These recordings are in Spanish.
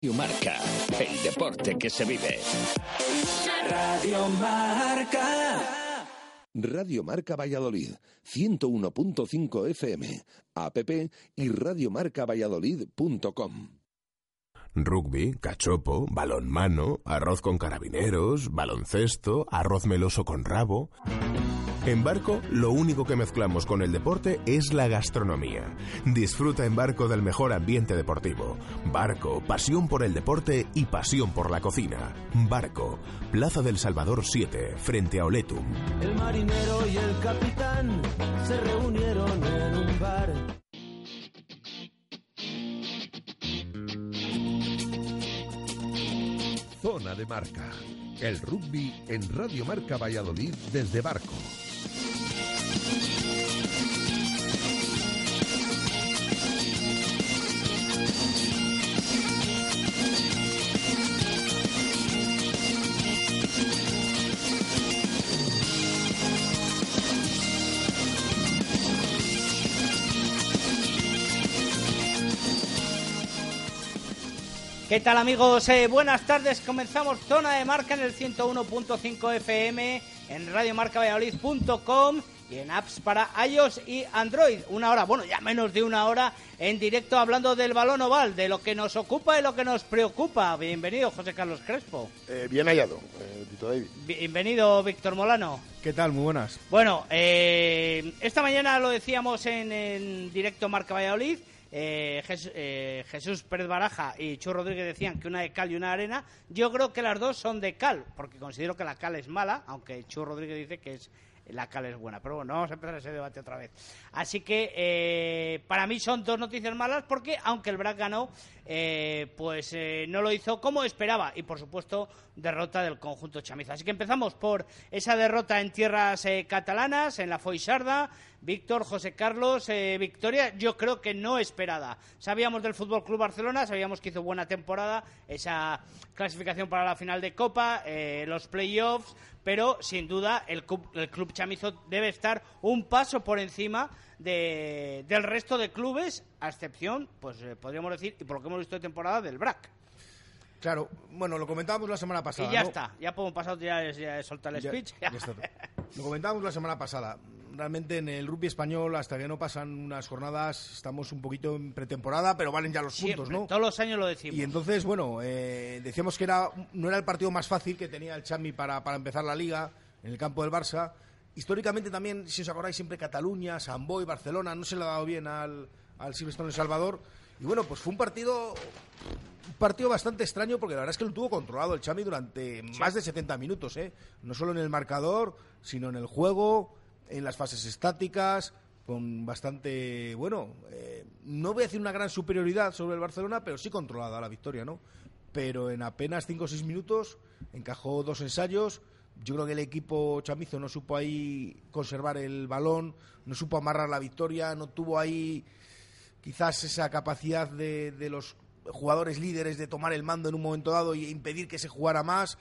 Radio Marca, el deporte que se vive. Radio Marca. Radio Marca Valladolid, 101.5 FM, app y radiomarcavalladolid.com. Rugby, cachopo, balonmano, arroz con carabineros, baloncesto, arroz meloso con rabo. En Barco, lo único que mezclamos con el deporte es la gastronomía. Disfruta en Barco del mejor ambiente deportivo. Barco, pasión por el deporte y pasión por la cocina. Barco, Plaza del Salvador 7, frente a Oletum. El marinero y el capitán se reunieron en un bar. Zona de Marca. El rugby en Radio Marca Valladolid desde Barco. ¿Qué tal, amigos? Buenas tardes. Comenzamos Zona de Marca en el 101.5 FM, en radiomarcavalladolid.com y en apps para iOS y Android. Una hora, bueno, ya menos de una hora en directo hablando del balón oval, de lo que nos ocupa y lo que nos preocupa. Bienvenido, José Carlos Crespo. Bien hallado, Tito David. Bienvenido, Víctor Molano. ¿Qué tal? Muy buenas. Bueno, esta mañana lo decíamos en directo Marca Valladolid. Jesús Pérez Baraja y Chu Rodríguez decían que una de cal y una de arena. Yo creo que las dos son de cal, porque considero que la cal es mala, aunque Chu Rodríguez dice que la cal es buena. Pero bueno, vamos a empezar ese debate otra vez. Así que para mí son dos noticias malas, porque aunque el Brac ganó, no lo hizo como esperaba, y por supuesto derrota del conjunto chamizo. Así que empezamos por esa derrota en tierras catalanas, en la Foixarda. Víctor, José Carlos, victoria yo creo que no esperada. Sabíamos del Fútbol Club Barcelona, sabíamos que hizo buena temporada, esa clasificación para la final de Copa, los playoffs, pero sin duda el club chamizo debe estar un paso por encima del resto de clubes, a excepción, pues podríamos decir, y por lo que hemos visto de temporada, del Brac. Claro, bueno, lo comentábamos la semana pasada. Y ya ¿no? está, ya podemos pasar, ya he soltado el speech. Ya está. Lo comentábamos la semana pasada. Realmente en el rugby español, hasta que no pasan unas jornadas, estamos un poquito en pretemporada, pero valen ya los puntos, ¿no? Todos los años lo decimos. Y entonces, bueno, decíamos que no era el partido más fácil que tenía el Chami para empezar la Liga, en el campo del Barça. Históricamente también, si os acordáis, siempre Cataluña, Sant Boi, Barcelona, no se le ha dado bien al Silverstone El Salvador. Y bueno, pues fue un partido bastante extraño, porque la verdad es que lo tuvo controlado el Chami durante más de 70 minutos, no solo en el marcador, sino en el juego, en las fases estáticas, con bastante, no voy a decir una gran superioridad sobre el Barcelona, pero sí controlada la victoria, ¿no? Pero en apenas 5 o 6 minutos encajó 2 ensayos. Yo creo que el equipo chamizo no supo ahí conservar el balón, no supo amarrar la victoria, no tuvo ahí quizás esa capacidad de los jugadores líderes de tomar el mando en un momento dado y impedir que se jugara más.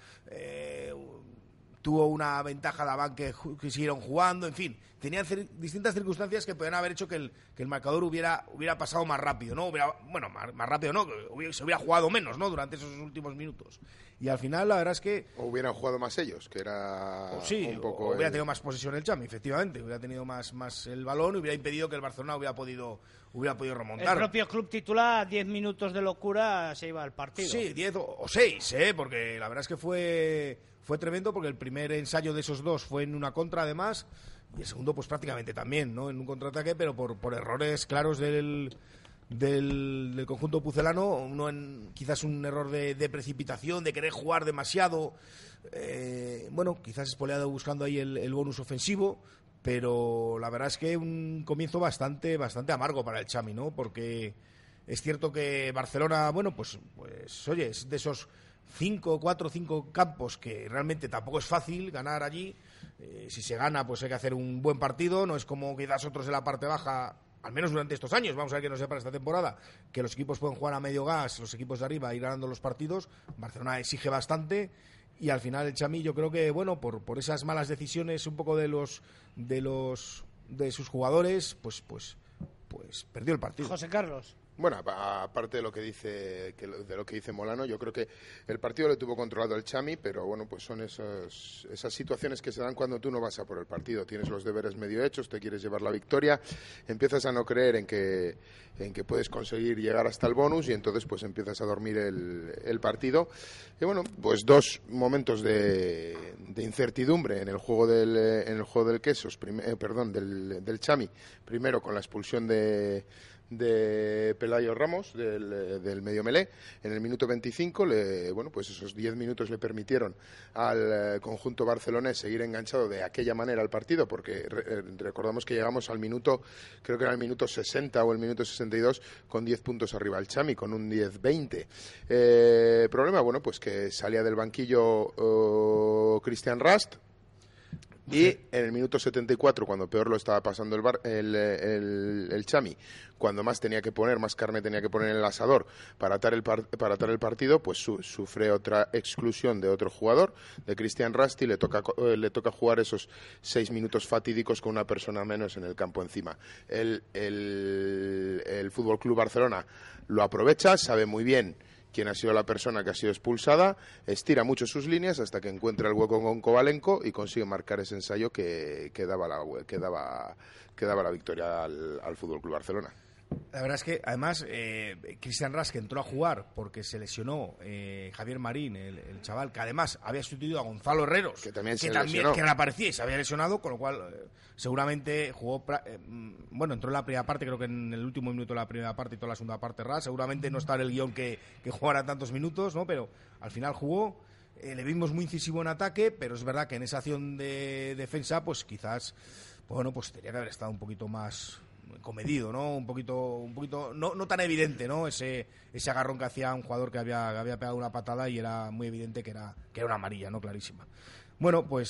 Tuvo una ventaja Davant que siguieron jugando, en fin, tenían distintas circunstancias que podían haber hecho que el marcador hubiera pasado más rápido, ¿no? Más rápido no, que se hubiera jugado menos, ¿no? Durante esos últimos minutos. Y al final la verdad es que... O hubieran jugado más ellos, que era un poco... O hubiera tenido más posesión el Chami, efectivamente, hubiera tenido más el balón, hubiera impedido que el Barcelona hubiera podido remontar. El propio club titular, 10 minutos de locura, se iba al partido. Sí, 10 o 6, porque la verdad es que fue tremendo, porque el primer ensayo de esos dos fue en una contra, además, y el segundo pues prácticamente también, ¿no? En un contraataque, pero por errores claros del conjunto pucelano, uno quizás un error de precipitación, de querer jugar demasiado, quizás espoleado buscando ahí el bonus ofensivo, pero la verdad es que un comienzo bastante amargo para el Chami, ¿no? Porque es cierto que Barcelona, pues oye, es de esos 4 o 5 campos que realmente tampoco es fácil ganar allí. Si se gana, pues hay que hacer un buen partido, no es como quizás otros de la parte baja, al menos durante estos años, vamos a ver que no sea para esta temporada, que los equipos pueden jugar a medio gas, los equipos de arriba, ir ganando los partidos. Barcelona exige bastante, y al final el Chami, yo creo que, por esas malas decisiones un poco de sus jugadores, pues perdió el partido. José Carlos. Bueno, aparte de lo que dice Molano, yo creo que el partido le tuvo controlado el Chami, pero bueno, pues son esas situaciones que se dan cuando tú no vas a por el partido. Tienes los deberes medio hechos, te quieres llevar la victoria, empiezas a no creer en que puedes conseguir llegar hasta el bonus y entonces pues empiezas a dormir el partido. Y bueno, pues dos momentos de incertidumbre en el juego del Quesos, del Chami. Primero con la expulsión de Pelayo Ramos del medio melé en el minuto 25. Pues esos 10 minutos le permitieron al conjunto barcelonés seguir enganchado de aquella manera al partido, porque recordamos que llegamos al minuto, creo que era el minuto 60 o el minuto 62, con 10 puntos arriba al Chami, con un 10-20. Problema, bueno, pues que salía del banquillo Christian Rast. Y en el minuto 74, cuando peor lo estaba pasando el Chami, cuando más carne tenía que poner en el asador para atar el partido, pues sufre otra exclusión de otro jugador, de Christian Rast, y le toca jugar esos 6 minutos fatídicos con una persona menos en el campo encima. El Fútbol Club Barcelona lo aprovecha, sabe muy bien quién ha sido la persona que ha sido expulsada, estira mucho sus líneas hasta que encuentra el hueco con Kovalenko y consigue marcar ese ensayo que daba la victoria al Fútbol Club Barcelona. La verdad es que, además, Christian Rast, que entró a jugar porque se lesionó Javier Marín, el chaval, que además había sustituido a Gonzalo Herreros, que también reaparecía y se había lesionado, con lo cual seguramente jugó, entró en la primera parte, creo que en el último minuto de la primera parte y toda la segunda parte Rast, seguramente no está en el guión que jugara tantos minutos, ¿no? Pero al final jugó, le vimos muy incisivo en ataque, pero es verdad que en esa acción de defensa, pues quizás, pues tenía que haber estado un poquito más comedido, ¿no? Un poquito no tan evidente, ¿no? Ese agarrón que hacía un jugador que había pegado una patada y era muy evidente que era una amarilla, ¿no? Clarísima. Bueno, pues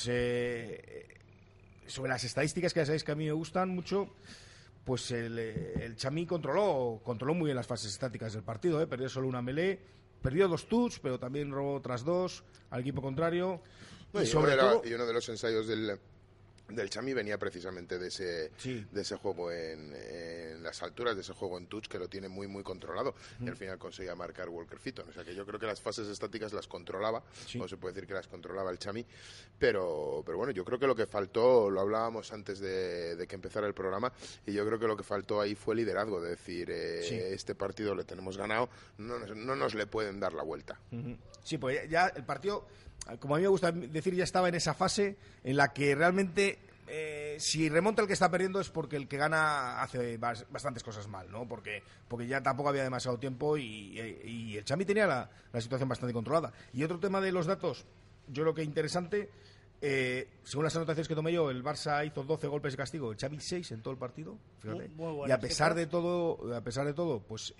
sobre las estadísticas, que ya sabéis que a mí me gustan mucho, pues el Chami controló muy bien las fases estáticas del partido, perdió solo una melé, perdió 2 touch, pero también robó otras 2 al equipo contrario. Y uno de los ensayos del Chami venía precisamente de ese juego en las alturas, de ese juego en touch, que lo tiene muy muy controlado, y al final conseguía marcar Walker Fitton. O sea que yo creo que las fases estáticas las controlaba, no se puede decir que las controlaba el Chami, pero bueno, yo creo que lo que faltó, lo hablábamos antes de que empezara el programa, y yo creo que lo que faltó ahí fue liderazgo, de decir, este partido le tenemos ganado, no nos le pueden dar la vuelta. Sí, pues ya el partido, como a mí me gusta decir, ya estaba en esa fase en la que realmente si remonta el que está perdiendo es porque el que gana hace bastantes cosas mal, ¿no? Porque ya tampoco había demasiado tiempo y el Chami tenía la situación bastante controlada. Y otro tema de los datos, yo creo que interesante, según las anotaciones que tomé yo, el Barça hizo 12 golpes de castigo, el Chami 6 en todo el partido, fíjate. Muy bueno, y a pesar de todo, pues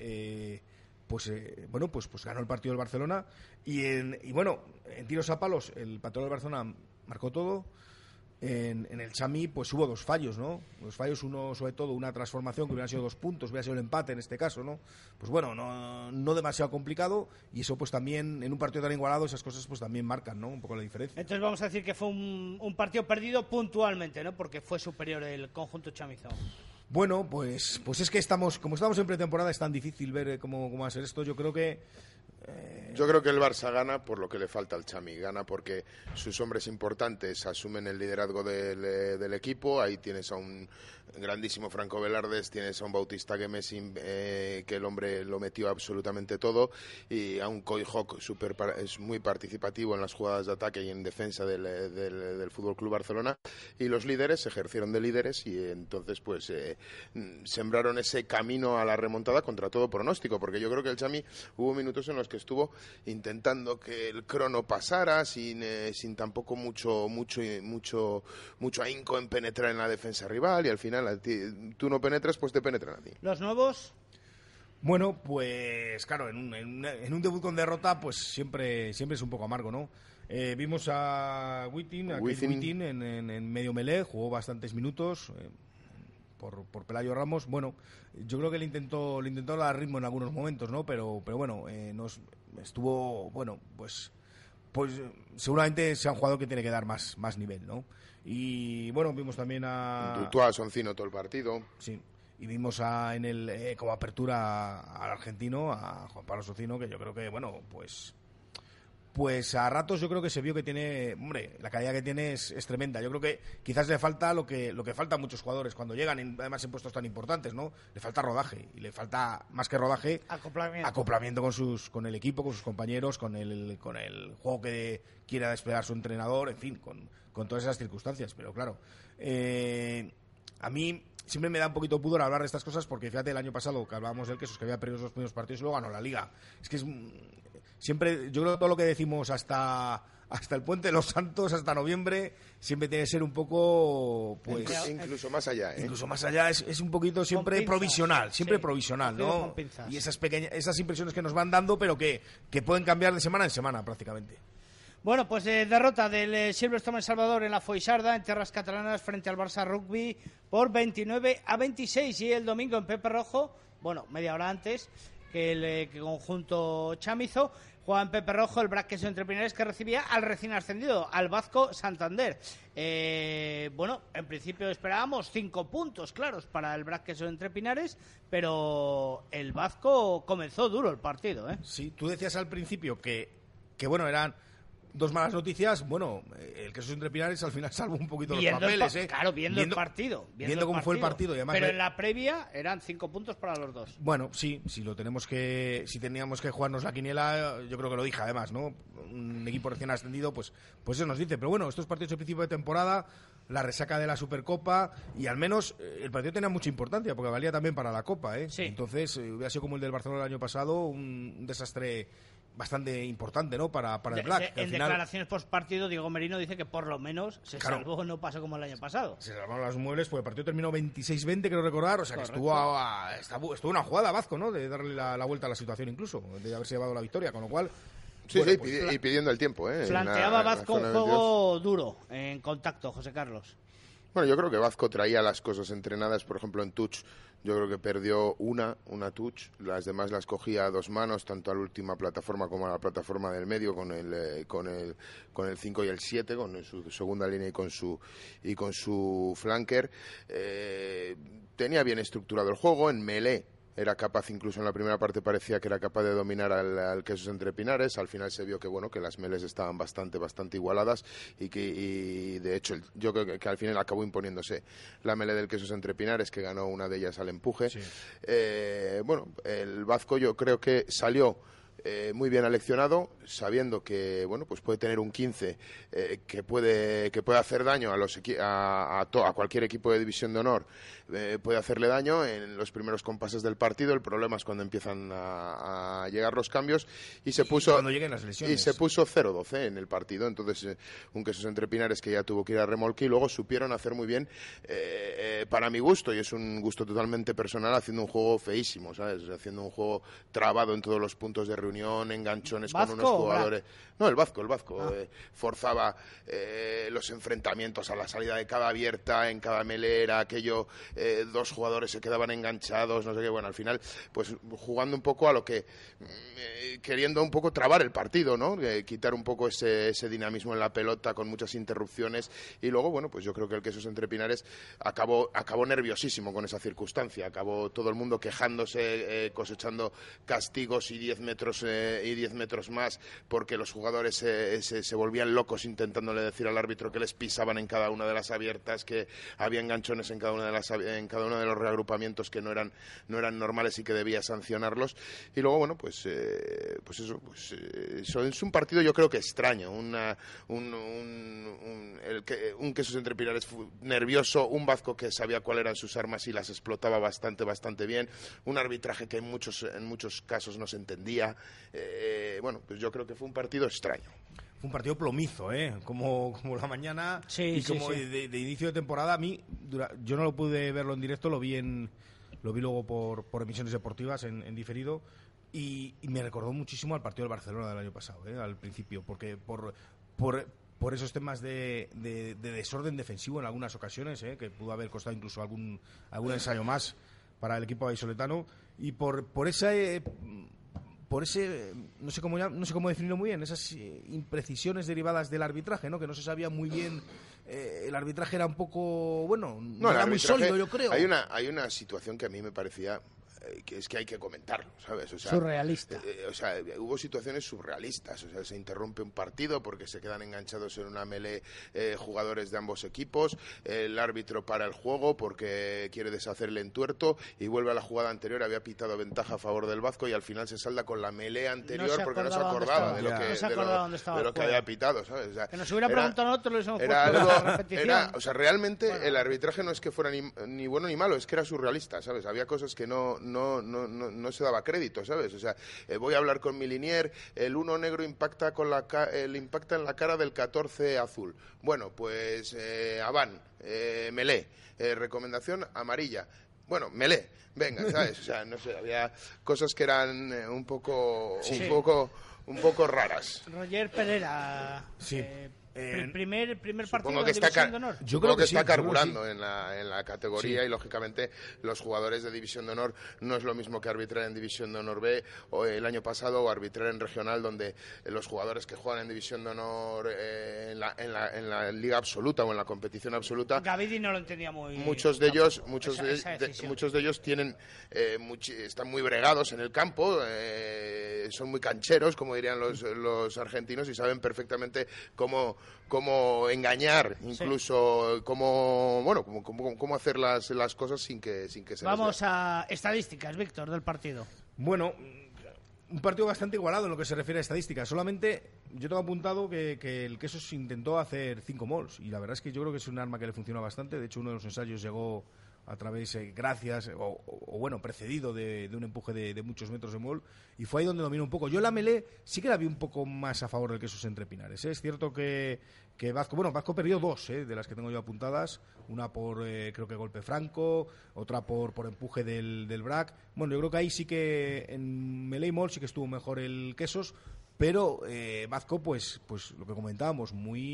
ganó el partido del Barcelona y en tiros a palos el patrón del Barcelona marcó todo. En el Chami pues hubo 2 fallos, ¿no? 2 fallos, uno sobre todo una transformación que hubiera sido 2 puntos, hubiera sido el empate en este caso, ¿no? Pues bueno, no demasiado complicado, y eso pues también en un partido tan igualado esas cosas pues también marcan, ¿no? Un poco la diferencia. Entonces vamos a decir que fue un partido perdido puntualmente, ¿no? Porque fue superior el conjunto chamizado. Bueno, pues es que como estamos en pretemporada, es tan difícil ver cómo va a ser esto. Yo creo que el Barça gana por lo que le falta al Chami. Gana porque sus hombres importantes asumen el liderazgo del equipo. Ahí tienes a un grandísimo Franco Velardes, tienes a un Bautista Gemesin, que el hombre lo metió absolutamente todo, y a un Coy Hawk es muy participativo en las jugadas de ataque y en defensa del Fútbol Club Barcelona, y los líderes se ejercieron de líderes y entonces pues sembraron ese camino a la remontada contra todo pronóstico, porque yo creo que el Chami hubo minutos en los que estuvo intentando que el crono pasara sin tampoco mucho ahínco en penetrar en la defensa rival, y al final tú no penetras, pues te penetran a ti. ¿Los nuevos? Bueno, pues claro, en un debut con derrota pues siempre es un poco amargo, ¿no? Vimos a Wittin en medio melé, jugó bastantes minutos por Pelayo Ramos. Bueno, yo creo que le intentó dar ritmo en algunos momentos, ¿no? Pero bueno, estuvo, bueno, pues seguramente sea un jugador que tiene que dar más nivel, ¿no? Y bueno, vimos también a Dutois, Soncino todo el partido. Sí. y vimos en el como apertura al argentino, a Juan Pablo Socino, que yo creo que, bueno, pues a ratos yo creo que se vio que tiene, hombre, la calidad que tiene es tremenda. Yo creo que quizás le falta lo que falta a muchos jugadores cuando llegan, además en puestos tan importantes, ¿no? Le falta rodaje, y le falta, más que rodaje, acoplamiento con el equipo, con sus compañeros, con el juego que quiera desplegar su entrenador, en fin, con todas esas circunstancias. Pero claro, a mí siempre me da un poquito pudor hablar de estas cosas, porque fíjate, el año pasado que hablábamos del Quesos, que había perdido los primeros partidos y luego ganó la Liga. Es que siempre, yo creo que todo lo que decimos hasta el Puente de los Santos, hasta noviembre, siempre tiene que ser un poco, pues, incluso más allá, ¿eh? Incluso más allá, es un poquito siempre provisional, provisional, ¿no? Y esas impresiones que nos van dando, pero que pueden cambiar de semana en semana prácticamente. Bueno, pues derrota del Silverstone El Salvador en la Foixarda, en tierras catalanas, frente al Barça Rugby por 29-26. Y el domingo en Pepe Rojo, bueno, media hora antes que el conjunto chamizo, juega en Pepe Rojo el Braqueso Entre Pinares, que recibía al recién ascendido, al Vasco Santander. Bueno, en principio esperábamos 5 puntos claros para el Braqueso Entre Pinares, pero el Vasco comenzó duro el partido, ¿eh? Sí, tú decías al principio que bueno, eran dos malas noticias. Bueno, el Quesos Entre Pinares al final salvó un poquito los papeles, ¿eh? Claro, viendo el partido. Viendo cómo fue el partido. Y además, pero en la previa eran 5 puntos para los dos. Bueno, sí, si teníamos que jugarnos la quiniela, yo creo que lo dije además, ¿no? Un equipo recién ascendido, pues eso nos dice. Pero bueno, estos partidos de principio de temporada, la resaca de la Supercopa, y al menos el partido tenía mucha importancia, porque valía también para la Copa, ¿eh? Sí. Entonces, hubiera sido como el del Barcelona el año pasado, un desastre bastante importante, ¿no? Para el Black. En declaraciones post partido, Diego Merino dice que por lo menos se salvó, no pasó como el año pasado. Se salvaron las muebles, porque el partido terminó 26-20, creo recordar, o sea, correcto, que estuvo una jugada Vasco, ¿no? De darle la vuelta a la situación, incluso, de haberse llevado la victoria, con lo cual... Sí, bueno, y pidiendo el tiempo, ¿eh? Planteaba Vasco un juego duro en contacto, José Carlos. Bueno, yo creo que Vasco traía las cosas entrenadas, por ejemplo, en touch. Yo creo que perdió una touch, las demás las cogía a dos manos, tanto a la última plataforma como a la plataforma del medio, con el 5 y el 7, con su segunda línea y con su flanker. Tenía bien estructurado el juego, en melee era capaz, incluso en la primera parte parecía que era capaz de dominar al Quesos Entre Pinares. Al final se vio que bueno, que las melees estaban bastante igualadas, y de hecho yo creo que al final acabó imponiéndose la melee del Quesos Entre Pinares, que ganó una de ellas al empuje. Sí. Bueno, el Vasco yo creo que salió muy bien aleccionado, sabiendo que bueno, pues puede tener un 15 que puede hacer daño a cualquier equipo de división de honor, puede hacerle daño en los primeros compases del partido. El problema es cuando empiezan a llegar los cambios, y cuando lleguen las lesiones. Y se puso 0-12 en el partido. Entonces un Quesos Entre Pinares que ya tuvo que ir a remolque, y luego supieron hacer muy bien, para mi gusto, y es un gusto totalmente personal, haciendo un juego feísimo, ¿sabes? Haciendo un juego trabado en todos los puntos de reunión, enganchones con unos jugadores. No, el Vasco forzaba los enfrentamientos a la salida de cada abierta, en cada melera, aquello, dos jugadores se quedaban enganchados, no sé qué. Bueno, al final, pues jugando un poco a lo que queriendo un poco trabar el partido, ¿no? Quitar un poco ese dinamismo en la pelota con muchas interrupciones, y luego, bueno, pues yo creo que el Quesos Entre Pinares acabó nerviosísimo con esa circunstancia. Acabó todo el mundo quejándose, cosechando castigos y 10 metros más, porque los jugadores se volvían locos intentándole decir al árbitro que les pisaban en cada una de las abiertas, que había enganchones en cada uno de los reagrupamientos que no eran normales y que debía sancionarlos. Y luego, bueno, pues eso es un partido, yo creo que extraño, un Quesos Entre Pinares nervioso, un Vasco que sabía cuáles eran sus armas y las explotaba bastante bien, un arbitraje que en muchos casos no se entendía. Bueno, pues yo creo que fue un partido extraño. Fue un partido plomizo, como la mañana, y como de inicio de temporada. A mí, yo no lo pude verlo en directo, lo vi luego por emisiones deportivas en diferido, y me recordó muchísimo al partido del Barcelona del año pasado, al principio, porque por esos temas de desorden defensivo en algunas ocasiones, que pudo haber costado incluso algún ensayo más para el equipo vallisoletano, y por por ese, no sé cómo definirlo muy bien, esas imprecisiones derivadas del arbitraje, ¿no? Que no se sabía muy bien, el arbitraje era un poco, bueno, no era muy sólido, yo creo. Hay una situación que a mí me parecía que es que hay que comentarlo, ¿sabes? O sea, surrealista. O sea, hubo situaciones surrealistas, o sea, se interrumpe un partido porque se quedan enganchados en una melee jugadores de ambos equipos, el árbitro para el juego porque quiere deshacer el entuerto y vuelve a la jugada anterior, había pitado ventaja a favor del Vasco y al final se salda con la melee anterior porque no se acordaba de lo que había pitado, ¿sabes? O sea, que nos hubiera preguntado a nosotros, o sea, realmente el arbitraje no es que fuera ni bueno ni malo, es que era surrealista, ¿sabes? Había cosas que no se daba crédito, ¿sabes? O sea, voy a hablar con mi linier, el 1 negro impacta impacta en la cara del 14 azul. Bueno, pues Aván, melé, recomendación amarilla. Bueno, melé, venga, ¿sabes? O sea, no sé, había cosas que eran un poco raras. Roger Pereira. Sí. El primer partido Supongo de División de Honor. Yo creo que está carburando en la categoría, sí. Y lógicamente los jugadores de División de Honor no es lo mismo que arbitrar en División de Honor B o el año pasado o arbitrar en Regional, donde los jugadores que juegan en División de Honor en la Liga Absoluta o en la competición absoluta, Gavidi no lo entendía muy. Muchos de ellos tienen están muy bregados en el campo, son muy cancheros, como dirían los argentinos, y saben perfectamente cómo engañar, incluso sí. cómo hacer las cosas sin que se Vamos a estadísticas, Víctor, del partido. Bueno, un partido bastante igualado en lo que se refiere a estadísticas. Solamente yo tengo apuntado que el Quesos intentó hacer 5 mols y la verdad es que yo creo que es un arma que le funcionó bastante. De hecho, uno de los ensayos llegó a través, gracias, precedido de un empuje de muchos metros de mol, y fue ahí donde dominó un poco. Yo la melee sí que la vi un poco más a favor del Quesos entre Pinares, ¿eh? Es cierto que Vasco perdió 2, de las que tengo yo apuntadas, una por, creo que golpe franco, otra por empuje del BRAC. Bueno, yo creo que ahí sí que en melee y mol sí que estuvo mejor el Quesos, pero Vasco, pues lo que comentábamos,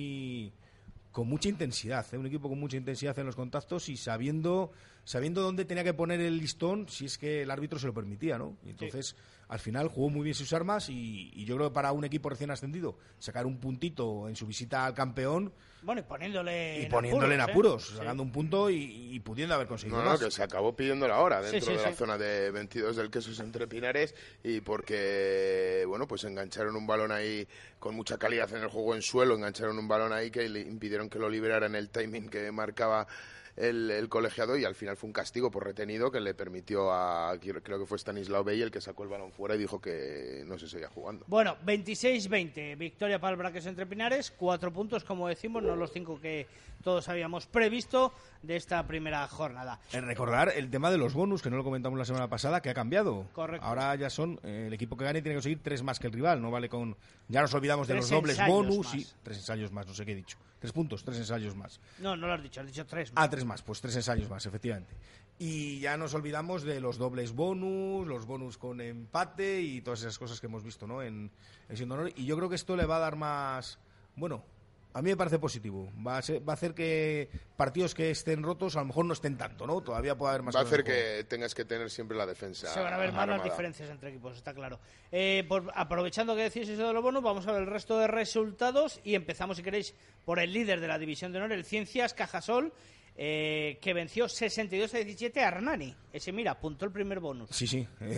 con mucha intensidad, un equipo con mucha intensidad en los contactos y sabiendo dónde tenía que poner el listón si es que el árbitro se lo permitía, ¿no? Y entonces, sí. Al final jugó muy bien sus armas y yo creo que para un equipo recién ascendido sacar un puntito en su visita al campeón. Bueno, y poniéndole en apuros, sacando un punto y pudiendo haber conseguido más. Que se acabó pidiendo la hora dentro de la zona de 22 del Quesos entre Pinares, y porque, bueno, pues engancharon un balón ahí con mucha calidad en el juego en suelo, engancharon un balón ahí que le impidieron que lo liberara en el timing que marcaba el colegiado, y al final fue un castigo por retenido que le permitió creo que fue Stanislao Bey el que sacó el balón fuera y dijo que no se seguía jugando. Bueno, 26-20, victoria para el Braques entre Pinares, 4 puntos, como decimos, no los 5 que todos habíamos previsto de esta primera jornada. Recordar el tema de los bonus, que no lo comentamos la semana pasada, que ha cambiado. Correcto. Ahora ya son, el equipo que gane tiene que conseguir 3 más que el rival, no vale con... Ya nos olvidamos de los dobles bonus y 3 ensayos más, no sé qué he dicho. 3 puntos, 3 ensayos más. No lo has dicho 3 más. 3 más, pues 3 ensayos más, efectivamente. Y ya nos olvidamos de los dobles bonus, los bonus con empate y todas esas cosas que hemos visto, ¿no? En División de Honor. Y yo creo que esto le va a dar más... Bueno, a mí me parece positivo. Va a hacer que partidos que estén rotos a lo mejor no estén tanto, ¿no? Todavía puede haber más. Va a hacer que tengas que tener siempre la defensa. Se van a ver más las diferencias entre equipos, está claro. Aprovechando que decís eso de los bonos, vamos a ver el resto de resultados y empezamos, si queréis, por el líder de la División de Honor, el Ciencias Cajasol, que venció 62-17 a Hernani. Ese, mira, apuntó el primer bonus. Sí.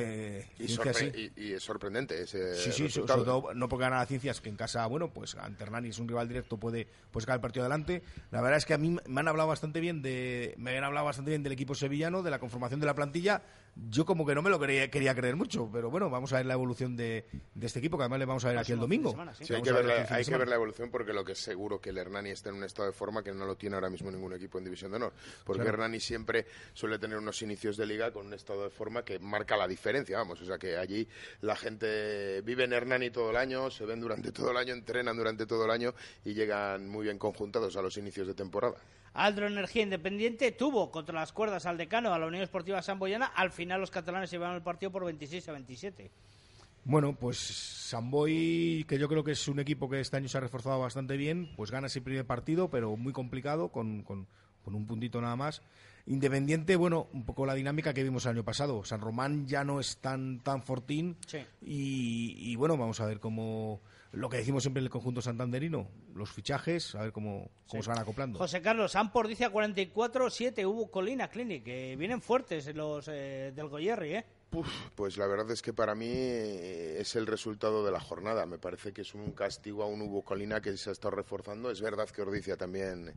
Y es sorprendente ese resultado. Sobre todo, no porque ganar a Ciencias, que en casa, bueno, pues ante Hernani es un rival directo, puede sacar el partido adelante. La verdad es que a mí me han hablado bastante bien del equipo sevillano, de la conformación de la plantilla. Yo como que no me lo quería creer mucho, pero bueno, vamos a ver la evolución de este equipo, que además le vamos a ver aquí el domingo. Sí, hay que ver la evolución, porque lo que es seguro que el Hernani está en un estado de forma que no lo tiene ahora mismo ningún equipo en División de Honor, porque claro. Hernani siempre suele tener unos inicios de liga con un estado de forma que marca la diferencia, vamos, o sea que allí la gente vive en Hernani todo el año, se ven durante todo el año, entrenan durante todo el año y llegan muy bien conjuntados a los inicios de temporada. Aldro Energía Independiente tuvo contra las cuerdas al Decano, a la Unión Esportiva Samboyana. Al final los catalanes se llevaron el partido por 26-27. Bueno, pues Samboy, que yo creo que es un equipo que este año se ha reforzado bastante bien, pues gana ese primer partido, pero muy complicado, con un puntito nada más. Independiente, bueno, un poco la dinámica que vimos el año pasado. San Román ya no es tan fortín. Sí. Y bueno, vamos a ver cómo... Lo que decimos siempre en el conjunto santanderino, los fichajes, a ver cómo se van acoplando. José Carlos, Ampordicia 44-7, Ubu Colina Clinic, que vienen fuertes los del Goyerri, ¿eh? Pues la verdad es que para mí es el resultado de la jornada. Me parece que es un castigo a un Ubu Colina que se ha estado reforzando. Es verdad que Ordicia también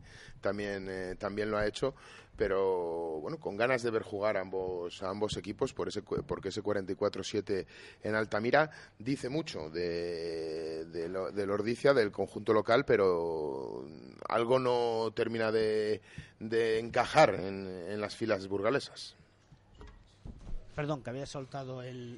lo ha hecho, pero bueno, con ganas de ver jugar a ambos equipos, porque ese 44-7 en Altamira dice mucho del Ordicia, del conjunto local, pero algo no termina de encajar en las filas burgalesas. Perdón, que había soltado el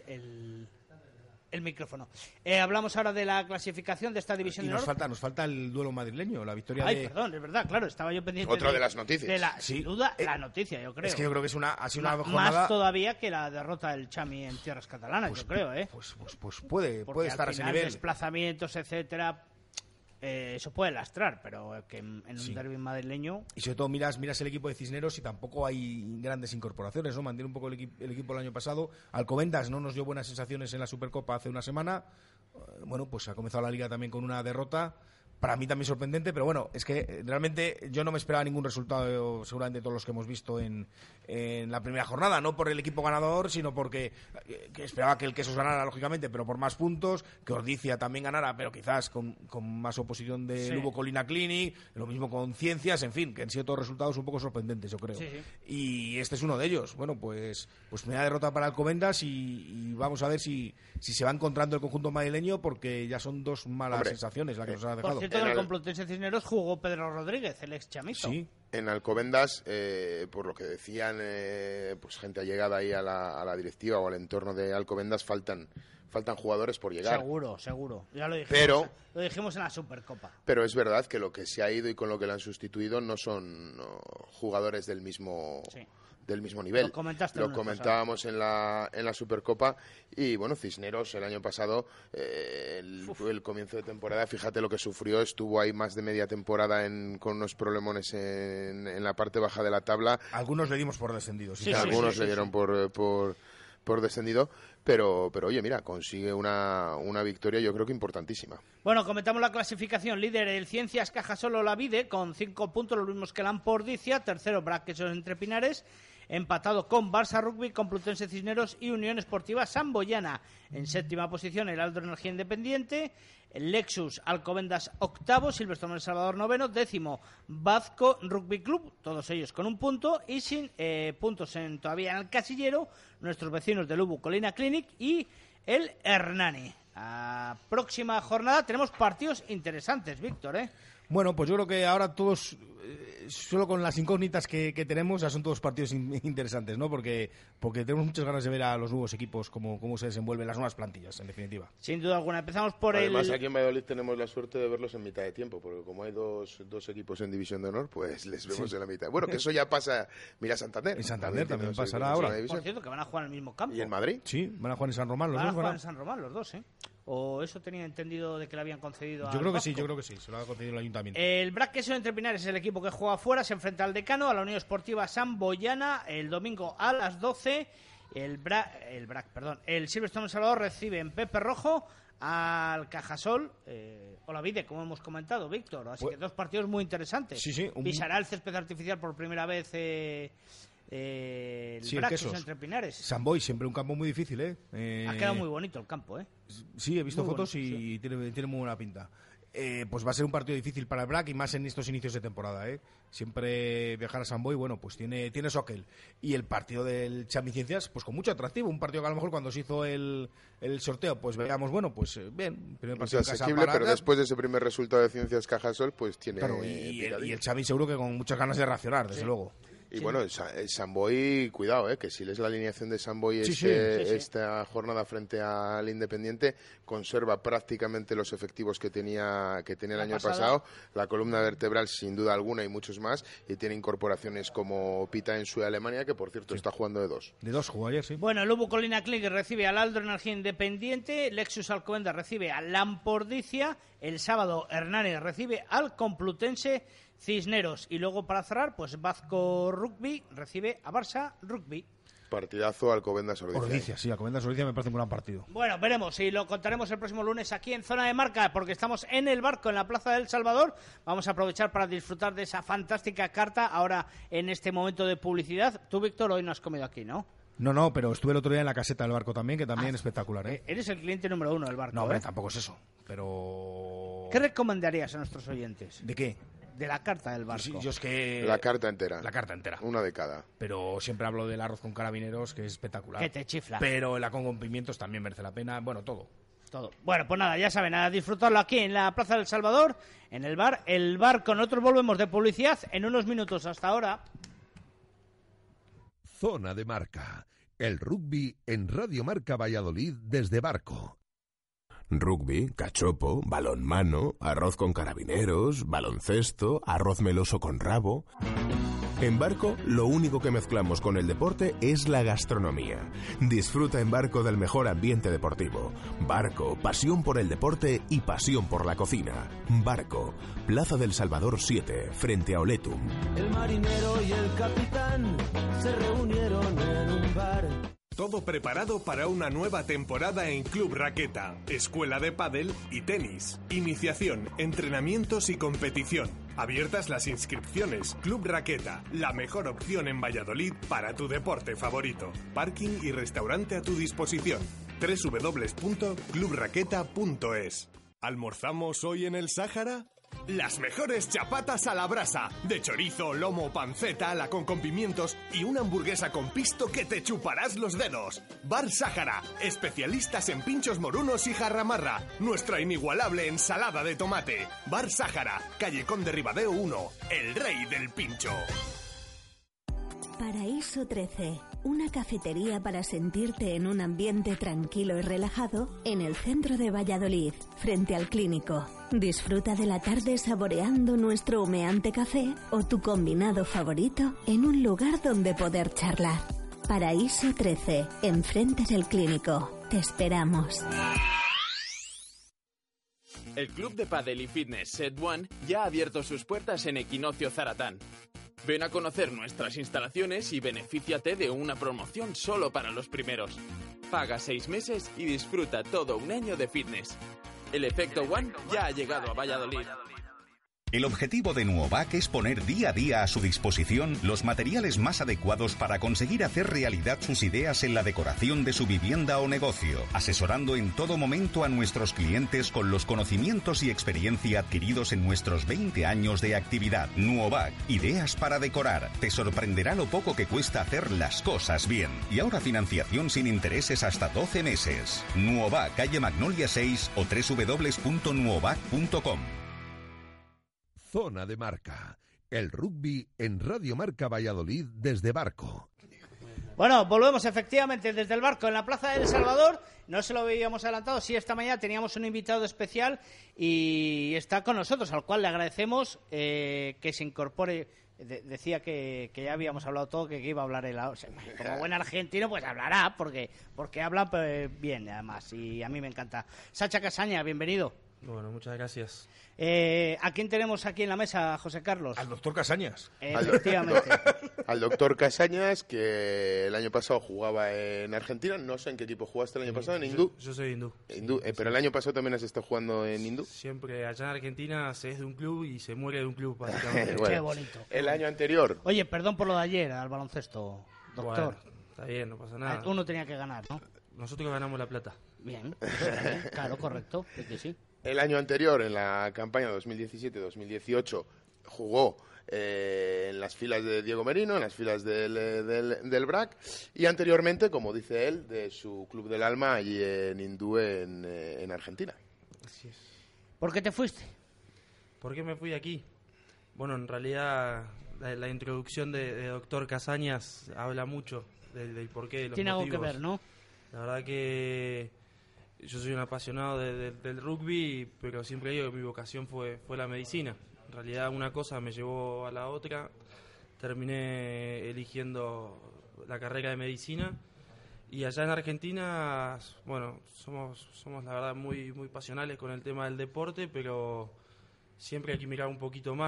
micrófono. Hablamos ahora de la clasificación de esta división. Y nos falta el duelo madrileño, la victoria perdón, es verdad, claro, estaba yo pendiente. Otra de las noticias. Sin duda, la noticia, yo creo. Es que yo creo que ha sido una jornada... Más todavía que la derrota del Chami en tierras catalanas, yo creo, ¿eh? Pues puede estar a ese nivel. Desplazamientos, etcétera... eso puede lastrar, pero que en un derbi madrileño... Y sobre todo miras el equipo de Cisneros y tampoco hay grandes incorporaciones, ¿no? Mantiene un poco el equipo el año pasado. Alcobendas no nos dio buenas sensaciones en la Supercopa hace una semana. Bueno, pues ha comenzado la Liga también con una derrota. Para mí también sorprendente, pero bueno, es que realmente yo no me esperaba ningún resultado, seguramente todos los que hemos visto en la primera jornada, no por el equipo ganador, sino porque que esperaba que el Quesos ganara, lógicamente, pero por más puntos, que Ordicia también ganara, pero quizás con más oposición de Lugo Colina Clinic, lo mismo con Ciencias, en fin, que han sido todos resultados un poco sorprendentes, yo creo. Sí, sí. Y este es uno de ellos. Bueno, pues primera derrota para Alcobendas y vamos a ver si se va encontrando el conjunto madrileño, porque ya son dos malas sensaciones las que nos ha dejado. Por cierto, en el Complutense Cisneros jugó Pedro Rodríguez, el ex chamito. Sí. En Alcobendas, por lo que decían pues gente allegada ahí a la directiva o al entorno de Alcobendas, faltan jugadores por llegar. Seguro. Ya lo dijimos, Pero lo dijimos en la Supercopa. Pero es verdad que lo que se ha ido y con lo que le han sustituido no son jugadores del mismo nivel. Lo comentábamos en la Supercopa y bueno, Cisneros el año pasado, el comienzo de temporada, fíjate lo que sufrió, estuvo ahí más de media temporada con unos problemones en la parte baja de la tabla. Algunos le dimos por descendidos. Algunos le dieron por descendido, pero oye, mira, consigue una victoria yo creo que importantísima. Bueno, comentamos la clasificación. Líder el Ciencias Cajasol Olavide con 5 puntos, los mismos que el Ampordicia. Tercero Braquesos Entre Pinares, empatado con Barça Rugby, Complutense Cisneros y Unión Esportiva Samboyana. En séptima posición el Aldo Energía Independiente, el Lexus Alcobendas octavo, Silverstone El Salvador noveno, décimo Bazco Rugby Club, todos ellos con un punto y sin puntos todavía en el casillero, nuestros vecinos de Lubu Colina Clinic y el Hernani. A próxima jornada tenemos partidos interesantes, Víctor, ¿eh? Bueno, pues yo creo que ahora todos, solo con las incógnitas que tenemos, ya son todos partidos interesantes, ¿no? Porque tenemos muchas ganas de ver a los nuevos equipos cómo se desenvuelven las nuevas plantillas, en definitiva. Sin duda alguna. Empezamos por Además, aquí en Valladolid tenemos la suerte de verlos en mitad de tiempo, porque como hay dos equipos en División de Honor, pues les vemos en la mitad. Bueno, que eso ya pasa, mira Santander. En Santander también pasará ahora. Por cierto, que van a jugar en el mismo campo. ¿Y en Madrid? Sí, van a jugar en San Román los dos. Van a jugar en San Román los dos, ¿eh? ¿O eso tenía entendido de que le habían concedido yo creo que sí, se lo ha concedido el ayuntamiento. El Braquesos Entre Pinares es el equipo que juega afuera, se enfrenta al Decano, a la Unión Esportiva Samboyana, el domingo a las 12. El Silverstone El Salvador recibe en Pepe Rojo al Cajasol Olavide, como hemos comentado, Víctor. Así que dos partidos muy interesantes. Sí. Pisará el césped artificial por primera vez el Braquesos Entre Pinares. Samboy, siempre un campo muy difícil, ¿eh? Ha quedado muy bonito el campo, ¿eh? Sí, he visto muy fotos bonito, y tiene muy buena pinta. Pues va a ser un partido difícil para el Brac y más en estos inicios de temporada, ¿eh? Siempre viajar a Samboy, bueno, pues tiene su aquel. Y el partido del Chami Ciencias, pues con mucho atractivo. Un partido que a lo mejor cuando se hizo el sorteo, pues veíamos, bueno, pues bien. Primer partido es asequible, pero después de ese primer resultado de Ciencias Cajasol, pues tiene... Claro, y el Chami seguro que con muchas ganas de reaccionar, desde luego. Y bueno, el Samboy, cuidado, que si lees la alineación de Samboy esta jornada frente al Independiente, conserva prácticamente los efectivos que tenía el año pasado. La columna vertebral, sin duda alguna, y muchos más. Y tiene incorporaciones como Pita en Suecia, Alemania, que por cierto está jugando de dos. De dos jugó ayer, sí. Bueno, el Lubu Colina Clinic recibe al Aldo Energía Independiente, Lexus Alcobendas recibe al Lampordicia, el sábado Hernani recibe al Complutense Cisneros. Y luego para cerrar, pues Vasco Rugby recibe a Barça Rugby. Partidazo Alcobendas-Ordizia. Ordizia, sí, Alcobendas-Ordizia me parece un gran partido. Bueno, veremos y lo contaremos el próximo lunes aquí en Zona de Marca, porque estamos en el Barco, en la Plaza del Salvador. Vamos a aprovechar para disfrutar de esa fantástica carta ahora en este momento de publicidad. Tú, Víctor, hoy no has comido aquí, ¿no? No, pero estuve el otro día en la caseta del Barco también, que también espectacular, ¿eh? Eres el cliente número 1 del Barco. No, hombre, tampoco es eso, pero... ¿Qué recomendarías a nuestros oyentes? ¿De qué? De la carta del Barco. Sí, yo es que... La carta entera. La carta entera. Una de cada. Pero siempre hablo del arroz con carabineros, que es espectacular. Que te chifla. Pero el con pimientos también merece la pena. Bueno, todo. Bueno, pues nada, ya saben, a disfrutarlo aquí en la Plaza del Salvador, en el bar. El Barco, nosotros volvemos de publicidad en unos minutos. Hasta ahora. Zona de Marca. El rugby en Radio Marca Valladolid desde Barco. Rugby, cachopo, balonmano, arroz con carabineros, baloncesto, arroz meloso con rabo. En Barco, lo único que mezclamos con el deporte es la gastronomía. Disfruta en Barco del mejor ambiente deportivo. Barco, pasión por el deporte y pasión por la cocina. Barco, Plaza del Salvador 7, frente a Oletum. El marinero y el capitán se reunieron en un bar. Todo preparado para una nueva temporada en Club Raqueta, escuela de pádel y tenis. Iniciación, entrenamientos y competición. Abiertas las inscripciones. Club Raqueta, la mejor opción en Valladolid para tu deporte favorito. Parking y restaurante a tu disposición. www.clubraqueta.es. ¿Almorzamos hoy en el Sáhara? Las mejores chapatas a la brasa, de chorizo, lomo, panceta, ala con pimientos y una hamburguesa con pisto que te chuparás los dedos. Bar Sáhara, especialistas en pinchos morunos y jarramarra. Nuestra inigualable ensalada de tomate. Bar Sáhara, calle Conde Ribadeo 1, el rey del pincho. Paraíso 13, una cafetería para sentirte en un ambiente tranquilo y relajado en el centro de Valladolid, frente al Clínico. Disfruta de la tarde saboreando nuestro humeante café o tu combinado favorito en un lugar donde poder charlar. Paraíso 13, enfrente del Clínico. Te esperamos. El club de pádel y fitness Set One ya ha abierto sus puertas en Equinoccio Zaratán. Ven a conocer nuestras instalaciones y benefíciate de una promoción solo para los primeros. Paga 6 meses y disfruta todo un año de fitness. El efecto One ya ha llegado a Valladolid. El objetivo de Nuovac es poner día a día a su disposición los materiales más adecuados para conseguir hacer realidad sus ideas en la decoración de su vivienda o negocio, asesorando en todo momento a nuestros clientes con los conocimientos y experiencia adquiridos en nuestros 20 años de actividad. Nuovac, ideas para decorar. Te sorprenderá lo poco que cuesta hacer las cosas bien. Y ahora financiación sin intereses hasta 12 meses. Nuovac, calle Magnolia 6 o www.nuovac.com. Zona de Marca. El rugby en Radio Marca Valladolid desde Barco. Bueno, volvemos efectivamente desde el Barco en la Plaza del Salvador. No se lo habíamos adelantado, sí, esta mañana teníamos un invitado especial y está con nosotros, al cual le agradecemos que se incorpore. Decía que ya habíamos hablado todo, que iba a hablar él. O sea, como buen argentino, pues hablará, porque habla bien, además, y a mí me encanta. Sacha Casaña, bienvenido. Bueno, muchas gracias. ¿A quién tenemos aquí en la mesa, José Carlos? Al doctor Casañas. Efectivamente. Al doctor Casañas, que el año pasado jugaba en Argentina. No sé en qué equipo jugaste el año pasado, ¿en Hindú? Yo soy hindú. Pero el año pasado también has estado jugando en Hindú. Siempre allá en Argentina se es de un club y se muere de un club, básicamente. Bueno, qué bonito. El año anterior. Oye, perdón por lo de ayer, al baloncesto, doctor. Bueno, está bien, no pasa nada. Uno tenía que ganar, ¿no? Nosotros ganamos la plata. Bien, bien, claro, correcto, es que sí. El año anterior, en la campaña 2017-2018, jugó en las filas de Diego Merino, en las filas del BRAC, y anteriormente, como dice él, de su club del alma allí en Hindú, en Argentina. Así es. ¿Por qué te fuiste? ¿Por qué me fui aquí? Bueno, en realidad la introducción de doctor Casañas habla mucho del porqué, de los Tiene motivos. algo que ver, ¿no? La verdad que yo soy un apasionado del rugby, pero siempre digo que mi vocación fue la medicina. En realidad una cosa me llevó a la otra. Terminé eligiendo la carrera de medicina. Y allá en Argentina, bueno, somos la verdad muy pasionales con el tema del deporte, pero siempre hay que mirar un poquito más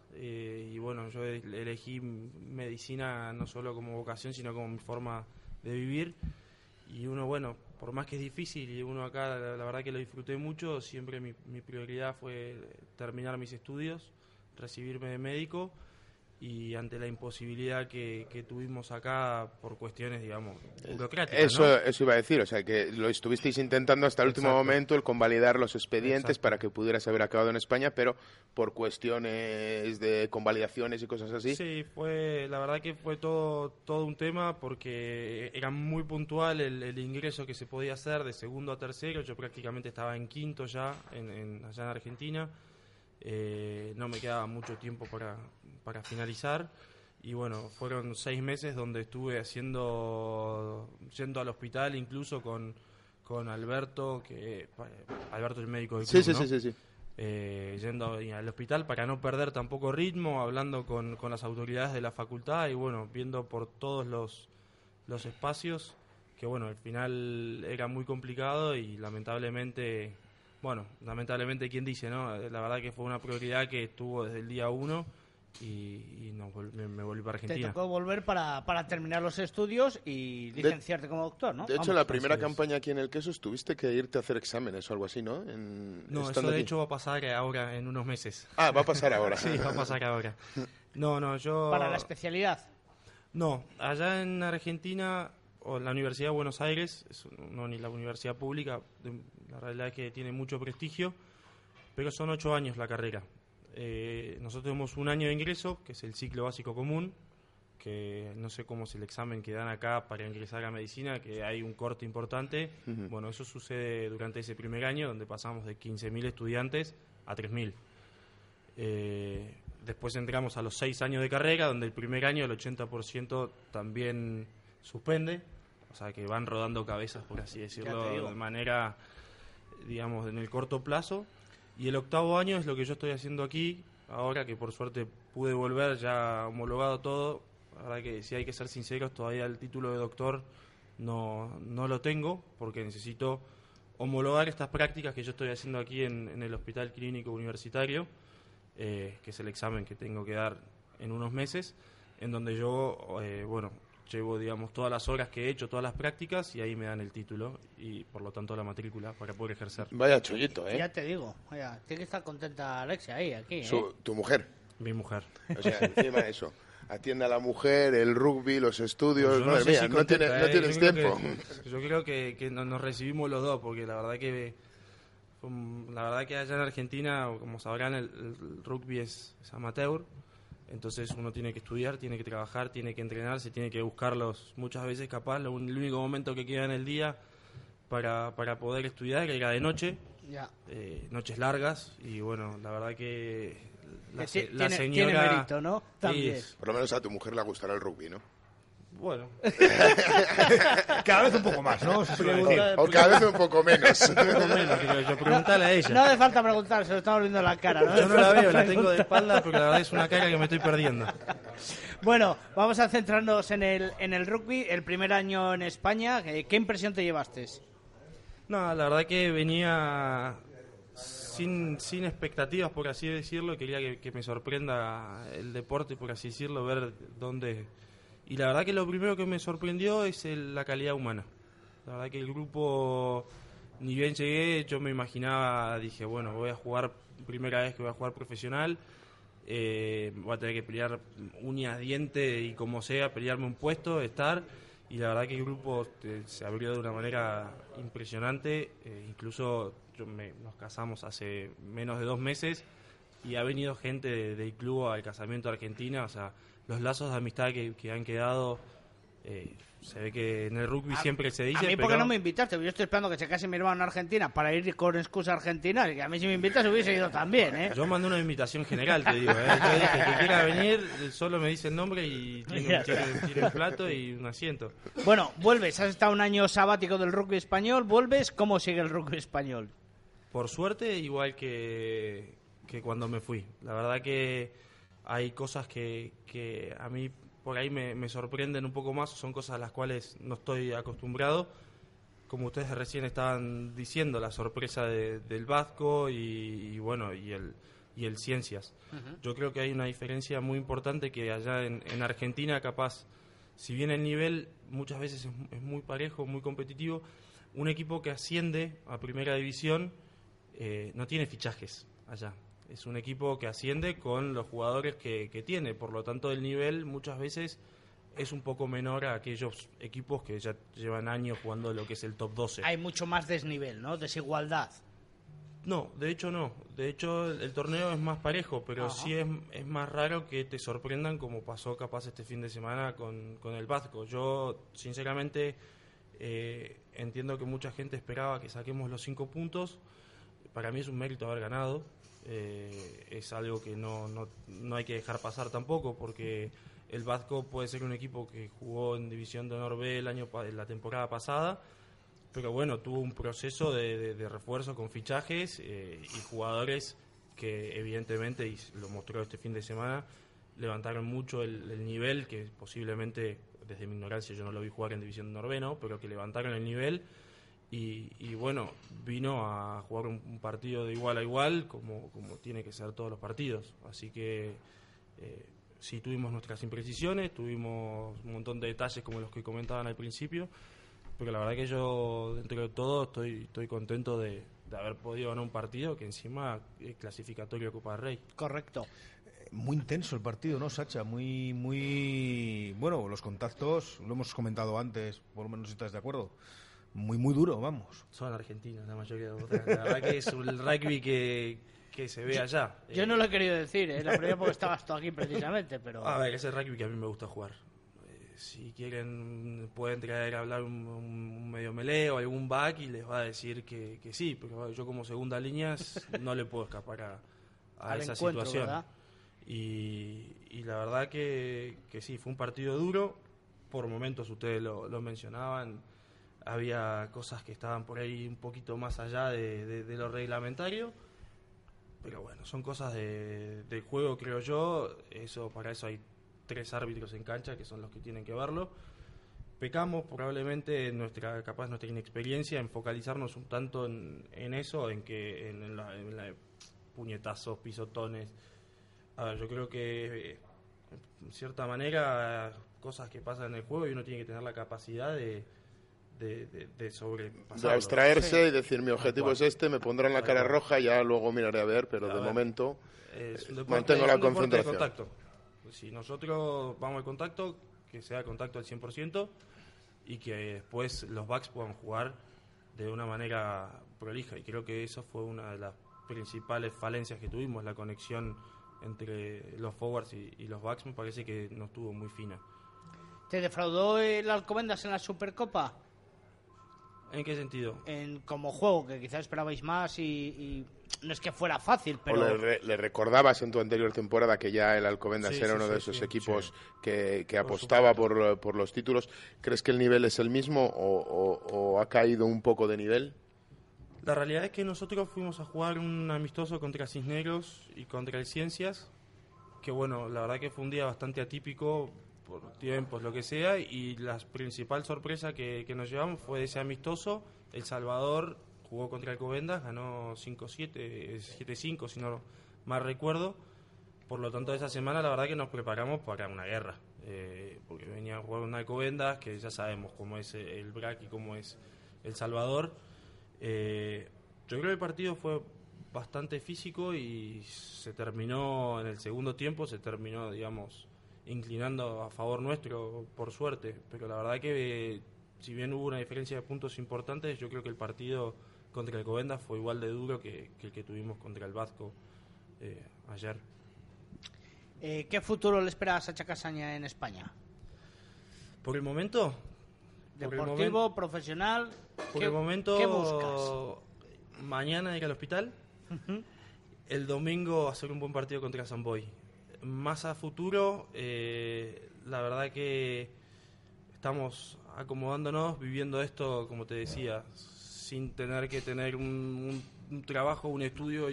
y bueno, yo elegí medicina no solo como vocación, sino como mi forma de vivir. Y uno, bueno, por más que es difícil, y uno acá la verdad que lo disfruté mucho, siempre mi prioridad fue terminar mis estudios, recibirme de médico, y ante la imposibilidad que tuvimos acá por cuestiones, digamos, burocráticas, Eso iba a decir, o sea, que lo estuvisteis intentando hasta el último momento, el convalidar los expedientes para que pudieras haber acabado en España, pero por cuestiones de convalidaciones y cosas así. Sí, la verdad que fue todo un tema, porque era muy puntual el ingreso que se podía hacer de segundo a tercero. Yo prácticamente estaba en quinto ya, allá en Argentina. No me quedaba mucho tiempo para finalizar, y bueno, fueron 6 meses donde estuve yendo al hospital, incluso con Alberto, Alberto el médico del club, sí. Yendo al hospital para no perder tampoco ritmo, hablando con las autoridades de la facultad, y bueno, viendo por todos los espacios, que bueno, al final era muy complicado, y lamentablemente, ¿quién dice, no? La verdad que fue una prioridad que estuvo desde el día 1, y me volví para Argentina. Te tocó volver para terminar los estudios y licenciarte como doctor, ¿no? De hecho, la primera campaña aquí en el Quesos tuviste que irte a hacer exámenes o algo así, ¿no? No, eso de hecho va a pasar ahora en unos meses. Ah, va a pasar ahora. Sí, va a pasar ahora. No, yo... ¿Para la especialidad? No, allá en Argentina, o en la Universidad de Buenos Aires, no ni la universidad pública, la realidad es que tiene mucho prestigio, pero son 8 años la carrera. Nosotros tenemos 1 año de ingreso, que es el ciclo básico común, que no sé cómo es el examen que dan acá para ingresar a medicina, que hay un corte importante. Bueno, eso sucede durante ese primer año, donde pasamos de 15.000 estudiantes a 3.000. Después entramos a los 6 años de carrera, donde el primer año el 80% también suspende, o sea que van rodando cabezas, por así decirlo, de manera, digamos, en el corto plazo. Y el 8º año es lo que yo estoy haciendo aquí, ahora que por suerte pude volver ya homologado todo. La verdad que, si hay que ser sinceros, todavía el título de doctor no lo tengo, porque necesito homologar estas prácticas que yo estoy haciendo aquí en el Hospital Clínico Universitario, que es el examen que tengo que dar en unos meses, en donde yo, llevo, digamos, todas las horas que he hecho, todas las prácticas, y ahí me dan el título y por lo tanto la matrícula para poder ejercer. Vaya chollito, ¿eh? Ya te digo, tiene que estar contenta Alexia aquí, ¿Tu mujer? Mi mujer. O sea, encima de eso, atiende a la mujer, el rugby, los estudios, pues madre mía, no tienes tiempo. Yo creo que nos recibimos los dos, porque la verdad que allá en Argentina, como sabrán, el rugby es amateur. Entonces uno tiene que estudiar, tiene que trabajar, tiene que entrenarse, tiene que buscarlos muchas veces capaz. El único momento que queda en el día para poder estudiar era de noche, noches largas, y bueno, la verdad que la señora... Tiene mérito, ¿no? También. Por lo menos a tu mujer le gustará el rugby, ¿no? Bueno. Cada vez un poco más, ¿no? O cada vez un poco menos. Preguntale a ella. No hace falta preguntar, se lo estamos viendo en la cara, ¿no? Yo no la veo, la tengo de espalda, porque la verdad es una cara que me estoy perdiendo. Bueno, vamos a centrarnos en el rugby. El primer año en España, ¿qué impresión te llevaste? No, la verdad que venía sin expectativas, por así decirlo. Quería que me sorprenda el deporte, por así decirlo, ver dónde... Y la verdad que lo primero que me sorprendió es la calidad humana. La verdad que el grupo, ni bien llegué, yo me imaginaba, dije, bueno, voy a jugar, primera vez que voy a jugar profesional, voy a tener que pelear uñas, dientes y como sea, pelearme un puesto, estar. Y la verdad que el grupo se abrió de una manera impresionante. Incluso nos casamos hace menos de 2 meses y ha venido gente del club al casamiento de Argentina, o sea... Los lazos de amistad que han quedado, se ve que en el rugby siempre se dice. A mí, ¿por qué no me invitaste? Yo estoy esperando que se case mi hermano en Argentina para ir con excusa a Argentina. Y a mí, si me invitas, hubiese ido también, ¿eh? Yo mandé una invitación general, te digo. Yo dije que quiera venir, solo me dice el nombre y tiene un plato y un asiento. Bueno, vuelves, has estado un año sabático del rugby español, vuelves, ¿cómo sigue el rugby español? Por suerte, igual que cuando me fui. La verdad que hay cosas que a mí por ahí me sorprenden un poco más, son cosas a las cuales no estoy acostumbrado. Como ustedes recién estaban diciendo, la sorpresa del Vasco y y el Ciencias. Yo creo que hay una diferencia muy importante, que allá en Argentina, capaz, si bien el nivel muchas veces es muy parejo, muy competitivo, un equipo que asciende a primera división no tiene fichajes allá. Es un equipo que asciende con los jugadores que tiene, por lo tanto el nivel muchas veces es un poco menor a aquellos equipos que ya llevan años jugando lo que es el top 12. Hay mucho más desnivel, ¿no? Desigualdad. No, de hecho no. De hecho el torneo es más parejo, pero sí es más raro que te sorprendan, como pasó capaz este fin de semana con el Vasco. Yo sinceramente entiendo que mucha gente esperaba que saquemos los 5 puntos. Para mí es un mérito haber ganado. Es algo que no hay que dejar pasar tampoco, porque el Vasco puede ser un equipo que jugó en División de Honor B la temporada pasada, pero bueno, tuvo un proceso de refuerzo con fichajes y jugadores que evidentemente, y lo mostró este fin de semana, levantaron mucho el nivel, que posiblemente desde mi ignorancia yo no lo vi jugar en División de Honor B, ¿no? Pero que levantaron el nivel. Y bueno, vino a jugar un partido de igual a igual, como tiene que ser todos los partidos. Así que sí tuvimos nuestras imprecisiones, tuvimos un montón de detalles como los que comentaban al principio, pero la verdad que yo, dentro de todo, estoy contento de haber podido ganar un partido que encima es clasificatorio de Copa del Rey. Correcto. Muy intenso el partido, ¿no, Sacha? Muy bueno, los contactos, lo hemos comentado antes, por lo menos si estás de acuerdo. Muy duro, vamos. Son argentinos la mayoría de los. La verdad que es el rugby que se ve allá. Yo no lo he querido decir, la primera porque estabas tú aquí precisamente, pero... A ver, es el rugby que a mí me gusta jugar. Si quieren, pueden traer a hablar un medio melee o algún back y les va a decir que sí, pero yo como segunda línea no le puedo escapar a esa situación. ¿Verdad? Y la verdad que sí, fue un partido duro. Por momentos ustedes lo mencionaban. Había cosas que estaban por ahí un poquito más allá de lo reglamentario, pero bueno, son cosas del juego, creo yo. Para eso hay 3 árbitros en cancha que son los que tienen que verlo. Pecamos probablemente nuestra inexperiencia en focalizarnos un tanto en eso, en la puñetazos, pisotones. A ver, yo creo que en cierta manera cosas que pasan en el juego y uno tiene que tener la capacidad de sobrepasarlo. De abstraerse y decir, mi objetivo es este, me pondrán la cara roja y ya luego miraré a ver, pero de momento mantengo la concentración. Contacto. Si nosotros vamos al contacto, que sea contacto al 100% y que después los backs puedan jugar de una manera prolija, y creo que eso fue una de las principales falencias que tuvimos, la conexión entre los forwards y los backs me parece que no estuvo muy fina. ¿Te defraudó el Alcobendas en la Supercopa? ¿En qué sentido? Como juego, que quizás esperabais más y no es que fuera fácil, pero... ¿O le recordabas en tu anterior temporada que ya el Alcobendas era uno de esos equipos que apostaba por los títulos? ¿Crees que el nivel es el mismo o ha caído un poco de nivel? La realidad es que nosotros fuimos a jugar un amistoso contra Cisneros y contra el Ciencias, que bueno, la verdad que fue un día bastante atípico por tiempos, lo que sea, y la principal sorpresa que nos llevamos fue ese amistoso. El Salvador jugó contra Alcobendas, ganó 5-7, 7-5 si no mal recuerdo. Por lo tanto, esa semana la verdad que nos preparamos para una guerra, porque venía a jugar un Alcobendas, que ya sabemos cómo es el BRAC y cómo es El Salvador. Yo creo que el partido fue bastante físico y se terminó en el segundo tiempo, digamos, inclinando a favor nuestro, por suerte, pero la verdad que si bien hubo una diferencia de puntos importantes, yo creo que el partido contra el Alcobendas fue igual de duro que el que tuvimos contra el Vasco ayer. ¿Qué futuro le espera a Sacha Casaña en España? Por el momento, deportivo, profesional, por el momento, ¿qué buscas? Mañana ir al hospital, el domingo hacer un buen partido contra San Boy. Más a futuro, la verdad que estamos acomodándonos, viviendo esto, como te decía, sin tener que tener un trabajo, un estudio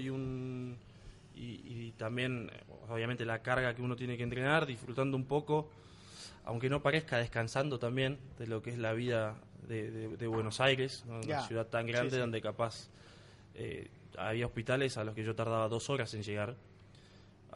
y también, obviamente, la carga que uno tiene que entrenar, disfrutando un poco, aunque no parezca, descansando también de lo que es la vida de Buenos Aires, ¿no? Una ciudad tan grande donde capaz había hospitales a los que yo tardaba 2 horas en llegar.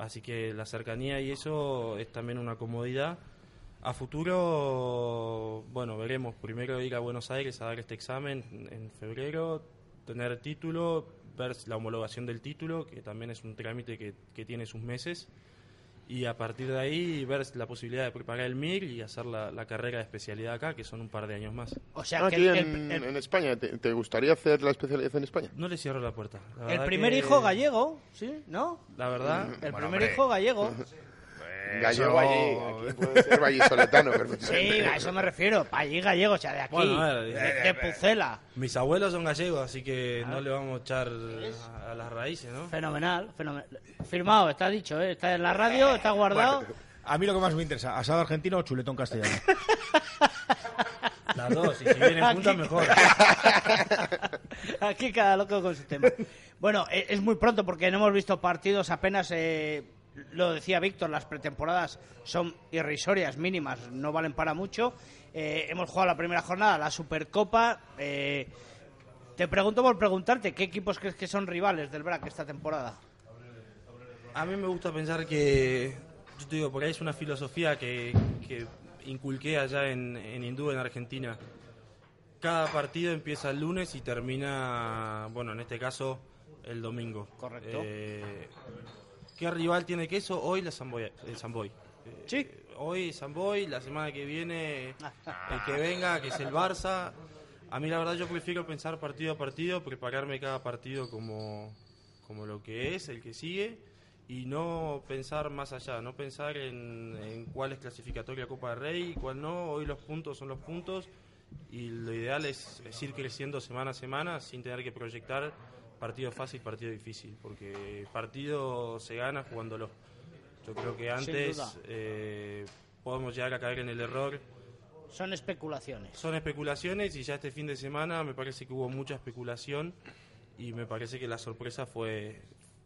Así que la cercanía y eso es también una comodidad. A futuro, bueno, veremos. Primero ir a Buenos Aires a dar este examen en febrero, tener título, ver la homologación del título, que también es un trámite que tiene sus meses, y a partir de ahí ver la posibilidad de preparar el MIR y hacer la carrera de especialidad acá, que son un par de años más. O sea, aquí en España, ¿te gustaría hacer la especialidad en España? No le cierro la puerta. El primer hijo gallego, ¿sí? ¿No? La verdad. El primer hijo gallego. Gallego allí, aquí puede ser vallisoletano. Sí, a eso me refiero, allí gallego, o sea, de aquí, bueno, de Pucela. Mis abuelos son gallegos, así que no le vamos a echar a las raíces, ¿no? Fenomenal. Firmado, está dicho, ¿eh? Está en la radio, está guardado. Bueno, a mí lo que más me interesa, asado argentino o chuletón castellano. Las dos, y si vienen juntas mejor. Aquí cada loco con su tema. Bueno, es muy pronto porque no hemos visto partidos apenas... lo decía Víctor, las pretemporadas son irrisorias, mínimas, no valen para mucho. Hemos jugado la primera jornada, la Supercopa. Te pregunto por preguntarte, ¿qué equipos crees que son rivales del BRAC esta temporada? A mí me gusta pensar que, yo te digo, por ahí es una filosofía que inculqué allá en Hindú, en Argentina. Cada partido empieza el lunes y termina, bueno, en este caso, el domingo. Correcto. ¿Qué rival tiene queso? Hoy el Samboy. Sí. Hoy Samboy, la semana que viene el que venga, que es el Barça. A mí la verdad yo prefiero pensar partido a partido, prepararme cada partido como lo que es, el que sigue, y no pensar más allá, no pensar en cuál es clasificatoria Copa del Rey y cuál no. Hoy los puntos son los puntos y lo ideal es ir creciendo semana a semana sin tener que proyectar partido fácil, partido difícil, porque partido se gana jugándolo. Yo creo que antes podemos llegar a caer en el error. Son especulaciones. Son especulaciones y ya este fin de semana me parece que hubo mucha especulación y me parece que la sorpresa fue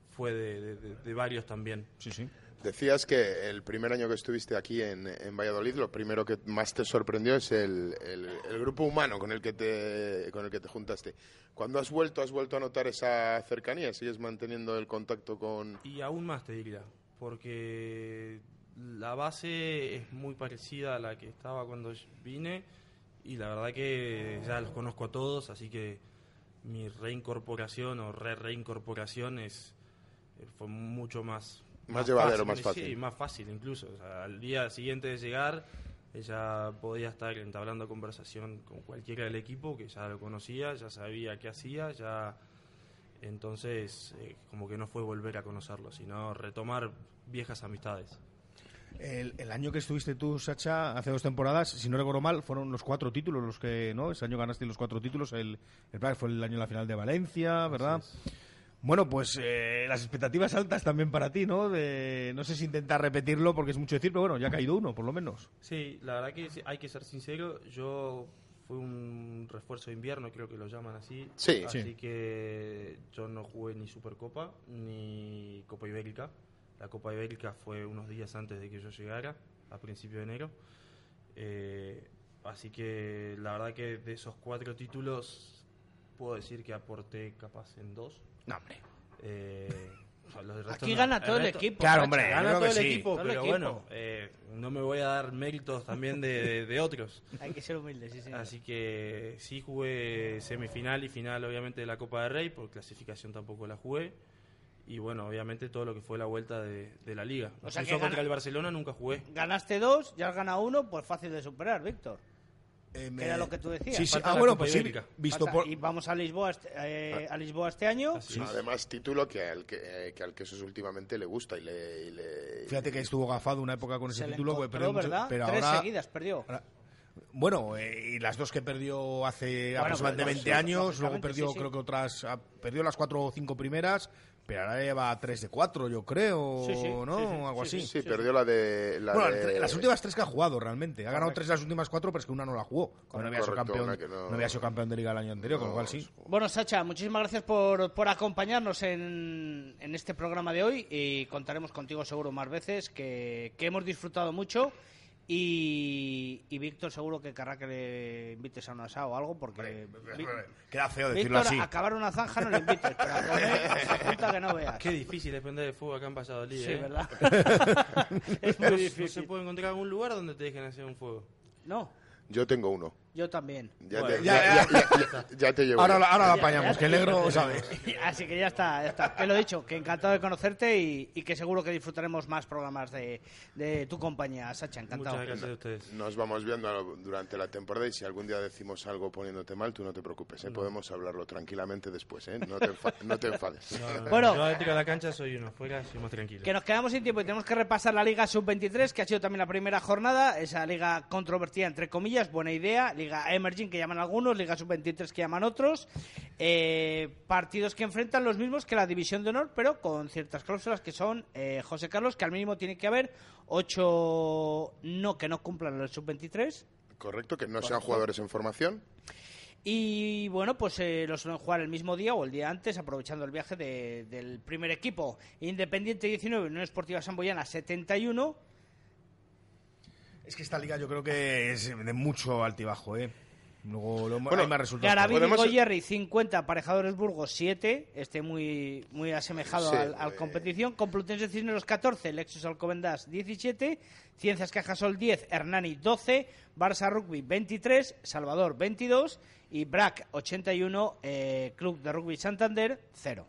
de varios también. Sí, sí. Decías que el primer año que estuviste aquí en Valladolid, lo primero que más te sorprendió es el grupo humano con el que te juntaste. ¿Cuándo has vuelto a notar esa cercanía? ¿Sigues manteniendo el contacto con...? Y aún más te diría, porque la base es muy parecida a la que estaba cuando vine y la verdad que ya los conozco a todos, así que mi reincorporación o reincorporación fue mucho más llevadero, fácil, más fácil. Sí, más fácil incluso. O sea, al día siguiente de llegar, ella podía estar entablando conversación con cualquiera del equipo que ya lo conocía, ya sabía qué hacía, ya. Entonces, como que no fue volver a conocerlo, sino retomar viejas amistades. El año que estuviste tú, Sacha, hace 2 temporadas, si no recuerdo mal, fueron los 4 títulos los que, ¿no? Ese año ganaste los 4 títulos. El fue el año de la final de Valencia, ¿verdad? Bueno, pues las expectativas altas también para ti, ¿no? No sé si intentar repetirlo porque es mucho decir, pero bueno, ya ha caído uno, por lo menos. Sí, la verdad que hay que ser sincero. Yo fui un refuerzo de invierno, creo que lo llaman así. Sí. Así que yo no jugué ni Supercopa ni Copa Ibérica. La Copa Ibérica fue unos días antes de que yo llegara, a principio de enero. Así que la verdad que de esos 4 títulos puedo decir que aporté capaz en 2. No, hombre. Aquí gana todo el equipo. Claro, hombre, gana todo el equipo, todo pero el equipo. bueno, no me voy a dar méritos también de otros. Hay que ser humilde, sí, señor. Así que sí jugué semifinal y final, obviamente, de la Copa del Rey, por clasificación tampoco la jugué. Y bueno, obviamente todo lo que fue la vuelta de la Liga. O sea Incluso contra el Barcelona nunca jugué. Ganaste 2, ya has ganado 1, pues fácil de superar, Víctor. Que era lo que tú decías. Sí, sí. Falta la Bueno, Copa pues sí. Ibérica. Visto por... Y vamos a Lisboa este año. Así es. Además, título que al que eso últimamente le gusta y le... Fíjate que estuvo gafado una época con ese Se le título. encontró, ¿verdad? Pero 3 ahora... seguidas perdió. Bueno, y las 2 que perdió hace aproximadamente pues, 20 años, luego perdió, sí. creo que otras, perdió las 4 o 5 primeras, pero ahora lleva 3 de 4, yo creo, Sí, sí, ¿no? sí, sí, Algo así. Sí, perdió la de... Las últimas 3 que ha jugado realmente. Ha ganado 3 de las últimas 4, pero es que una no la jugó. No había sido campeón de liga el año anterior, con lo cual sí. Bueno, Sacha, muchísimas gracias por acompañarnos en este programa de hoy y contaremos contigo seguro más veces, que hemos disfrutado mucho. Y Víctor seguro que querrá que le invites a un asado o algo, porque... Queda feo decirlo Víctor, así. a acabar una zanja no le invites, pero a comer esa puta que no veas. Qué difícil es prender el fuego acá en Valladolid, Sí, ¿eh? ¿verdad? Es muy difícil. ¿No se puede encontrar algún lugar donde te dejen hacer un fuego? No. Yo tengo uno. Yo también. Ya te llevo. Ahora lo apañamos, que el negro sabe. Así que ya está. Te lo he dicho, que encantado de conocerte y que seguro que disfrutaremos más programas de tu compañía, Sacha. Encantado. Muchas gracias a ustedes. Nos vamos viendo durante la temporada y si algún día decimos algo poniéndote mal, tú no te preocupes, ¿eh? Podemos hablarlo tranquilamente después, ¿eh? No te enfades. No. Bueno, yo adentro de la cancha soy uno, fuera soy más tranquilo. Que nos quedamos sin tiempo y tenemos que repasar la Liga Sub-23, que ha sido también la primera jornada, esa liga controvertida, entre comillas, buena idea, Liga Emerging, que llaman algunos, Liga Sub-23, que llaman otros, partidos que enfrentan los mismos que la División de Honor, pero con ciertas cláusulas que son, José Carlos, que al mínimo tiene que haber 8 que no cumplan el Sub-23. Correcto, que no sean jugadores en formación. Y bueno, pues lo suelen jugar el mismo día o el día antes, aprovechando el viaje del primer equipo. Independiente 19, Unión Esportiva Samboyana 71. Es que esta liga yo creo que es de mucho altibajo, ¿eh? Luego Bueno, hay más resultados. Garaviri y Goyerri 50, Aparejadores Burgos 7, muy asemejado Sí, al competición. Complutense Cisneros 14, Lexus Alcobendas 17, Ciencias Cajasol 10, Hernani 12, Barça Rugby 23, Salvador 22 y BRAC 81, Club de Rugby Santander 0.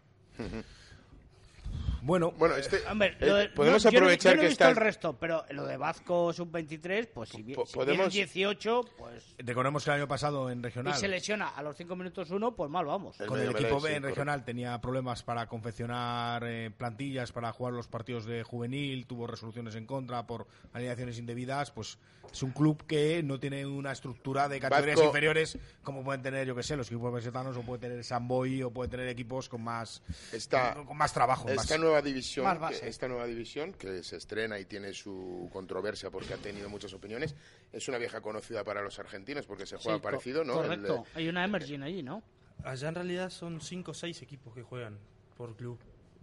Bueno, hombre, podemos yo aprovechar no he que visto está el resto, pero lo de Vasco Sub-23, pues si vienen 18, pues... Recordemos que el año pasado en regional... Y se lesiona a los 5 minutos uno, pues mal vamos. Con el equipo B en regional tenía problemas para confeccionar plantillas para jugar los partidos de juvenil, tuvo resoluciones en contra por alineaciones indebidas, pues es un club que no tiene una estructura de categorías inferiores como pueden tener, yo que sé, los equipos pesetanos, o puede tener Samboy, o puede tener equipos con más trabajo. Esta nueva división que se estrena y tiene su controversia porque ha tenido muchas opiniones, es una vieja conocida para los argentinos porque se juega parecido, ¿no? Correcto, hay una Emerging allí, ¿no? Allá en realidad son 5 o 6 equipos que juegan por club.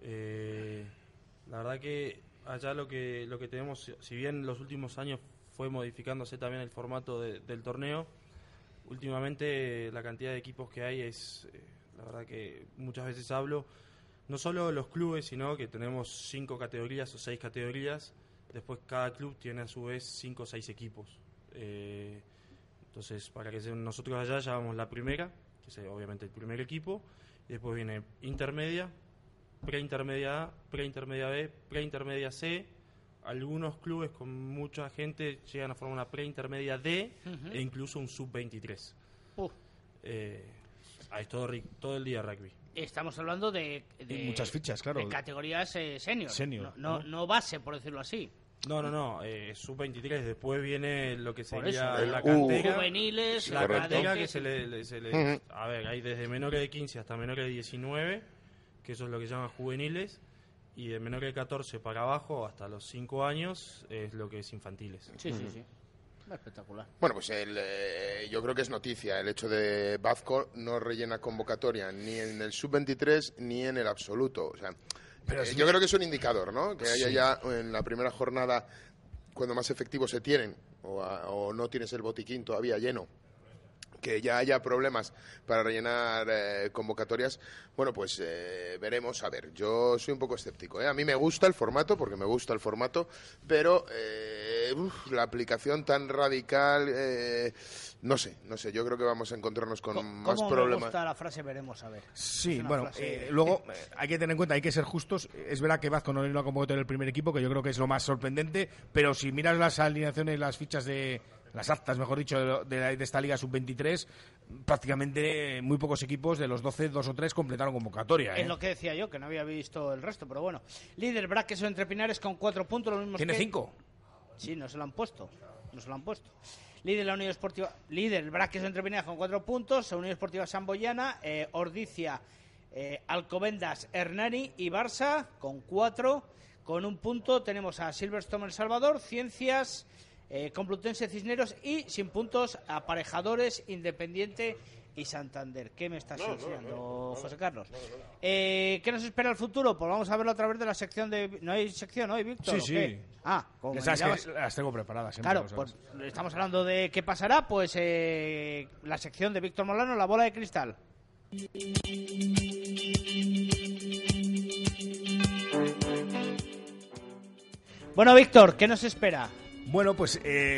La verdad que allá lo que tenemos, si bien los últimos años fue modificándose también el formato del torneo, últimamente la cantidad de equipos que hay es, la verdad que muchas veces hablo, no solo los clubes, sino que tenemos 5 categorías o 6 categorías, después cada club tiene a su vez 5 o 6 equipos. Entonces, para que nosotros allá llevamos la primera, que es obviamente el primer equipo, y después viene intermedia, preintermedia A, preintermedia B, preintermedia C. Algunos clubes con mucha gente llegan a formar una preintermedia D e incluso un sub-23. Es todo el día rugby. Estamos hablando de muchas fichas, claro. De categorías senior. No base, por decirlo así. No, sub-23. Después viene lo que sería eso, la cantera. Juveniles, la cantera que se le a ver, hay desde menores de 15 hasta menores de 19, que eso es lo que llaman juveniles, y de menores de 14 para abajo hasta los 5 años es lo que es infantiles. Sí. Espectacular. Bueno, pues yo creo que es noticia el hecho de Vasco no rellena convocatoria ni en el sub-23 ni en el absoluto. O sea, yo creo que es un indicador, ¿no? Que haya ya en la primera jornada, cuando más efectivos se tienen, o no tienes el botiquín todavía lleno, que ya haya problemas para rellenar convocatorias, bueno, pues veremos. A ver, yo soy un poco escéptico, ¿eh? A mí me gusta el formato, pero la aplicación tan radical, no sé, yo creo que vamos a encontrarnos con más problemas. Me gusta la frase veremos, a ver. Sí, bueno, luego hay que tener en cuenta, hay que ser justos. Es verdad que Vasco no lo convocó en el primer equipo, que yo creo que es lo más sorprendente, pero si miras las alineaciones, las fichas las actas, mejor dicho, de esta Liga Sub-23, prácticamente muy pocos equipos, de los 12, 2 o 3 completaron convocatoria. Es lo que decía yo, que no había visto el resto, pero bueno. Líder Braqueso Entre Pinares con 4 puntos, los mismos ¿Tiene 5? Sí, no se lo han puesto. Líder la Unión Esportiva, líder Braqueso Entre Pinares con 4 puntos, Unión Esportiva Samboyana, Ordicia, Alcobendas, Hernani y Barça con 4. Con 1 punto tenemos a Silverstone El Salvador, Ciencias, Complutense Cisneros y sin puntos Aparejadores, Independiente y Santander. ¿Qué me estás enseñando, José Carlos? ¿Qué nos espera el futuro? Pues vamos a verlo a través de la sección de... ¿No hay sección hoy, Víctor? Sí. Como sabes que las tengo preparadas siempre. Claro, pues estamos hablando de qué pasará, pues la sección de Víctor Molano, la bola de cristal. Bueno, Víctor, ¿qué nos espera? Bueno, pues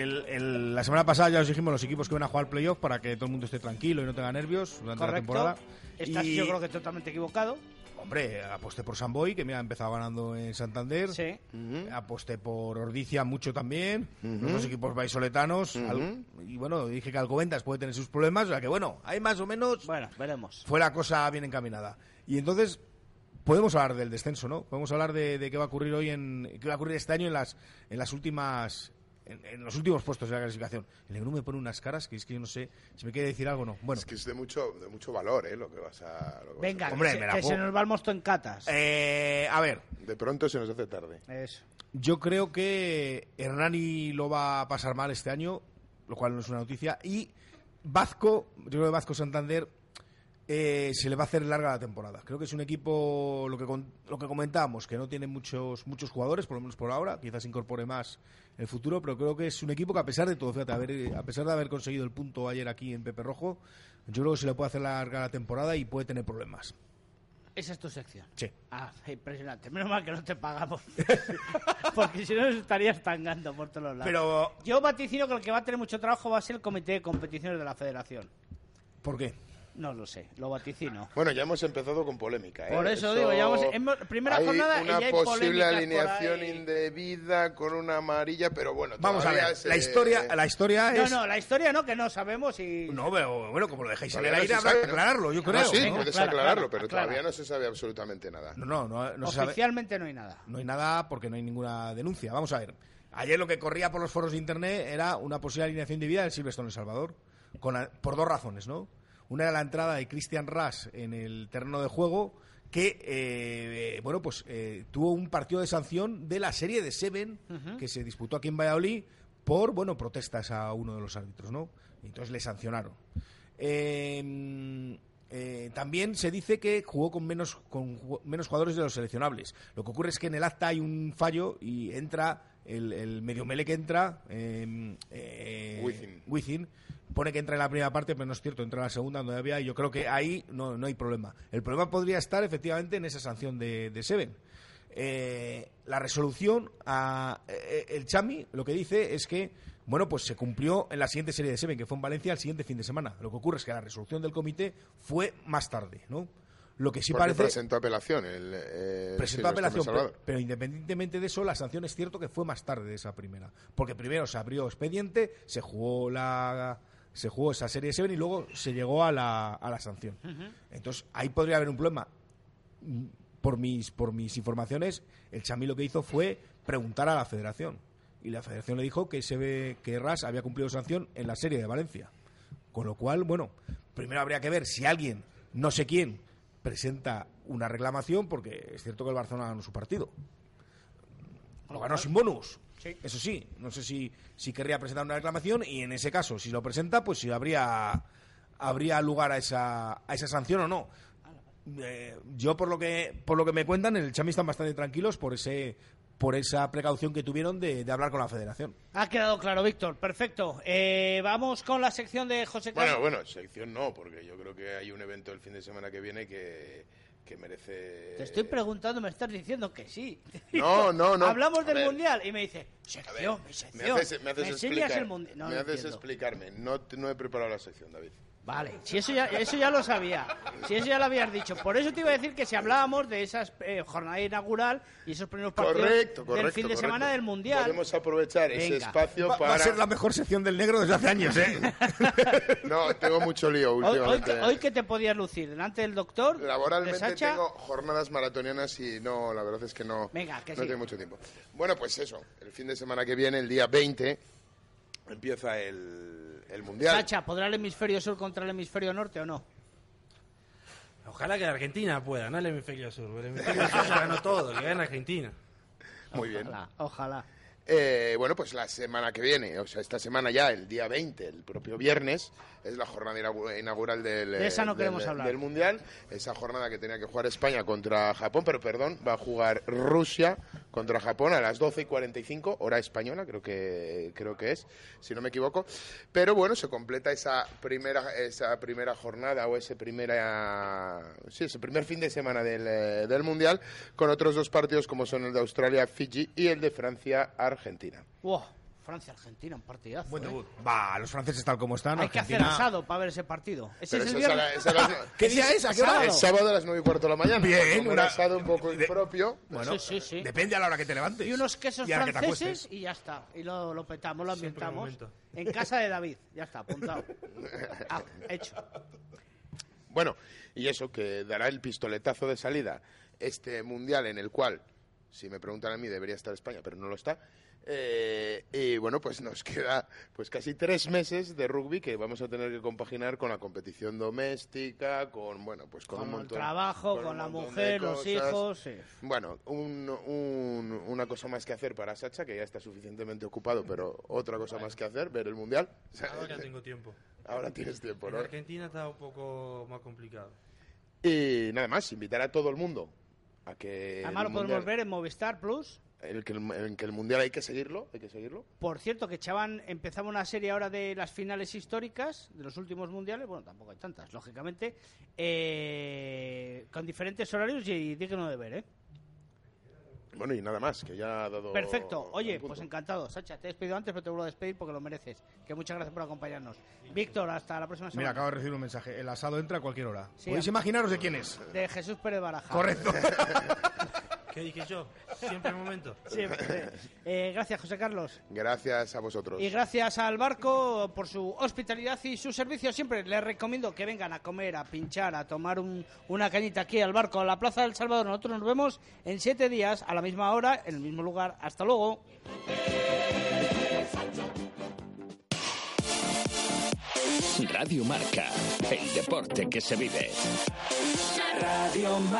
la semana pasada ya os dijimos los equipos que van a jugar playoff para que todo el mundo esté tranquilo y no tenga nervios durante la temporada. Estás yo creo que totalmente equivocado. Hombre, aposté por San Boi, que me ha empezado ganando en Santander. Sí. Aposté por Ordicia mucho también. Los dos equipos vallisoletanos. Y bueno, dije que Alcobendas puede tener sus problemas. O sea que bueno, hay más o menos... Bueno, veremos. Fue la cosa bien encaminada. Y entonces... Podemos hablar del descenso, ¿no? Podemos hablar de qué va a ocurrir hoy qué va a ocurrir este año en los últimos puestos de la clasificación. El Negru me pone unas caras que es que yo no sé si me quiere decir algo o no. Bueno. Es que es de mucho valor, lo que vas a... Venga, hombre, que se nos va el mosto en catas. A ver. De pronto se nos hace tarde. Eso. Yo creo que Hernani lo va a pasar mal este año, lo cual no es una noticia. Y Vazco, yo creo que Vazco Santander... se le va a hacer larga la temporada. Creo que es un equipo, lo que comentábamos, que no tiene muchos jugadores, por lo menos por ahora, quizás incorpore más en el futuro, pero creo que es un equipo que a pesar de todo, fíjate, a pesar de haber conseguido el punto ayer aquí en Pepe Rojo, yo creo que se le puede hacer larga la temporada y puede tener problemas. Esa es tu sección. Sí. Impresionante. Menos mal que no te pagamos. Porque si no nos estarías tangando por todos lados. Pero yo vaticino que el que va a tener mucho trabajo va a ser el comité de competiciones de la federación. ¿Por qué? No lo sé, lo vaticino. Bueno, ya hemos empezado con polémica, Por eso digo, ya primera jornada y ya hay una posible alineación indebida con una amarilla, pero bueno, vamos a ver, la historia es... No, la historia no, que no sabemos y... No, pero bueno, como lo dejáis en el aire, habrá que aclararlo, yo creo. Sí, puedes aclararlo, pero todavía no se sabe absolutamente nada. No Oficialmente no hay nada. No hay nada porque no hay ninguna denuncia. Vamos a ver, ayer lo que corría por los foros de internet era una posible alineación indebida del Silverstone El Salvador, por dos razones, ¿no? Una era la entrada de Christian Ras en el terreno de juego, que tuvo un partido de sanción de la serie de Seven que se disputó aquí en Valladolid por protestas a uno de los árbitros, ¿no? Entonces le sancionaron. También se dice que jugó con menos jugadores de los seleccionables. Lo que ocurre es que en el acta hay un fallo y entra el medio mele que entra, Wizzing, pone que entra en la primera parte, pero no es cierto, entra en la segunda donde había, y yo creo que ahí no hay problema. El problema podría estar efectivamente en esa sanción de Seven. La resolución, el Chami lo que dice es que se cumplió en la siguiente serie de Seven, que fue en Valencia el siguiente fin de semana. Lo que ocurre es que la resolución del comité fue más tarde, ¿no? Lo que sí parece... presentó apelación presentó apelación, pero independientemente de eso, la sanción es cierto que fue más tarde de esa primera. Porque primero se abrió expediente, se jugó esa serie de Seven y luego se llegó a la sanción. Entonces, ahí podría haber un problema. Por mis informaciones, el Chami lo que hizo fue preguntar a la federación. Y la federación le dijo que Ras había cumplido sanción en la serie de Valencia. Con lo cual, primero habría que ver si alguien, no sé quién, presenta una reclamación, porque es cierto que el Barcelona ganó su partido. Lo ganó sin bonus. Sí. Eso sí, no sé si querría presentar una reclamación, y en ese caso, si lo presenta, pues si habría lugar a esa sanción o no. Yo por lo que me cuentan, el Chami están bastante tranquilos por esa precaución que tuvieron de hablar con la federación. Ha quedado claro, Víctor, perfecto. Vamos con la sección de José Carlos. Bueno, sección no, porque yo creo que hay un evento el fin de semana que viene que merece... Te estoy preguntando, me estás diciendo que sí. No. Hablamos del Mundial y me dice, sección. Me haces explicarme. No he preparado la sección, David. Vale, si eso ya lo sabía, si eso ya lo habías dicho. Por eso te iba a decir que si hablábamos de esa jornada inaugural y esos primeros partidos del fin de semana del Mundial... Podemos aprovechar ese espacio para... Va a ser la mejor sección del negro desde hace años, ¿eh? No, tengo mucho lío últimamente. Hoy que te podías lucir delante del doctor. Laboralmente tengo jornadas maratonianas y no, la verdad es que no, tengo mucho tiempo. Bueno, pues eso, el fin de semana que viene, el día 20, empieza el Mundial. Sacha, ¿podrá el hemisferio sur contra el hemisferio norte o no? Ojalá que Argentina pueda, no el hemisferio sur. El hemisferio sur ya ganó todo, que gane Argentina. Muy bien. Ojalá. Bueno, pues la semana que viene, o sea, esta semana ya, el día 20, el propio viernes, es la jornada inaugural de esa no queremos hablar. Del Mundial. Esa jornada que tenía que jugar España contra Japón, pero perdón, va a jugar Rusia contra Japón a las 12:45, hora española, creo que es, si no me equivoco. Pero bueno, se completa esa primera jornada o ese primer fin de semana del Mundial con otros dos partidos como son el de Australia-Fiji y el de Francia-Argentina. ¡Wow! Francia-Argentina, un partidazo. Buen debut. Va, los franceses tal como están. Hay Argentina... que hacer asado para ver ese partido. ¿Ese es el viernes? ¿Qué día es? ¿A qué hora? El sábado a las 9:15 de la mañana. Bien, un asado un poco impropio. Bueno, sí. Depende a la hora que te levantes. Y unos quesos franceses y ya está. Y lo petamos, lo ambientamos. En casa de David. Ya está, apuntado. Hecho. Bueno, y eso que dará el pistoletazo de salida este Mundial en el cual, si me preguntan a mí, debería estar España, pero no lo está. Y bueno, pues nos queda pues casi 3 meses de rugby que vamos a tener que compaginar con la competición doméstica, con un montón, el trabajo, con la mujer, los hijos. Sí. Bueno, una cosa más que hacer para Sacha, que ya está suficientemente ocupado, pero otra cosa más que hacer, ver el Mundial. Ahora tengo tiempo. Ahora tienes tiempo, ¿no? En Argentina está un poco más complicado. Y nada más, invitar a todo el mundo a que... Además lo podemos ver en Movistar Plus. En que el Mundial hay que seguirlo. Por cierto, que empezaba una serie ahora de las finales históricas de los últimos mundiales, bueno, tampoco hay tantas, lógicamente, con diferentes horarios y digno de ver, ¿eh? Bueno, y nada más, que ya ha dado... Perfecto. Oye, pues encantado. Sacha, te he despedido antes, pero te vuelvo a despedir porque lo mereces. Que muchas gracias por acompañarnos. Víctor, hasta la próxima semana. Mira, acabo de recibir un mensaje. El asado entra a cualquier hora. Sí, ¿Podéis imaginaros de quién es? De Jesús Pérez Baraja. Correcto. ¿Qué dije yo? Siempre el momento. Siempre. Gracias, José Carlos. Gracias a vosotros. Y gracias al Barco por su hospitalidad y su servicio. Siempre les recomiendo que vengan a comer, a pinchar, a tomar una cañita aquí al Barco, a la Plaza del Salvador. Nosotros nos vemos en 7 días, a la misma hora, en el mismo lugar. Hasta luego. Radio Marca, el deporte que se vive. Radio Marca.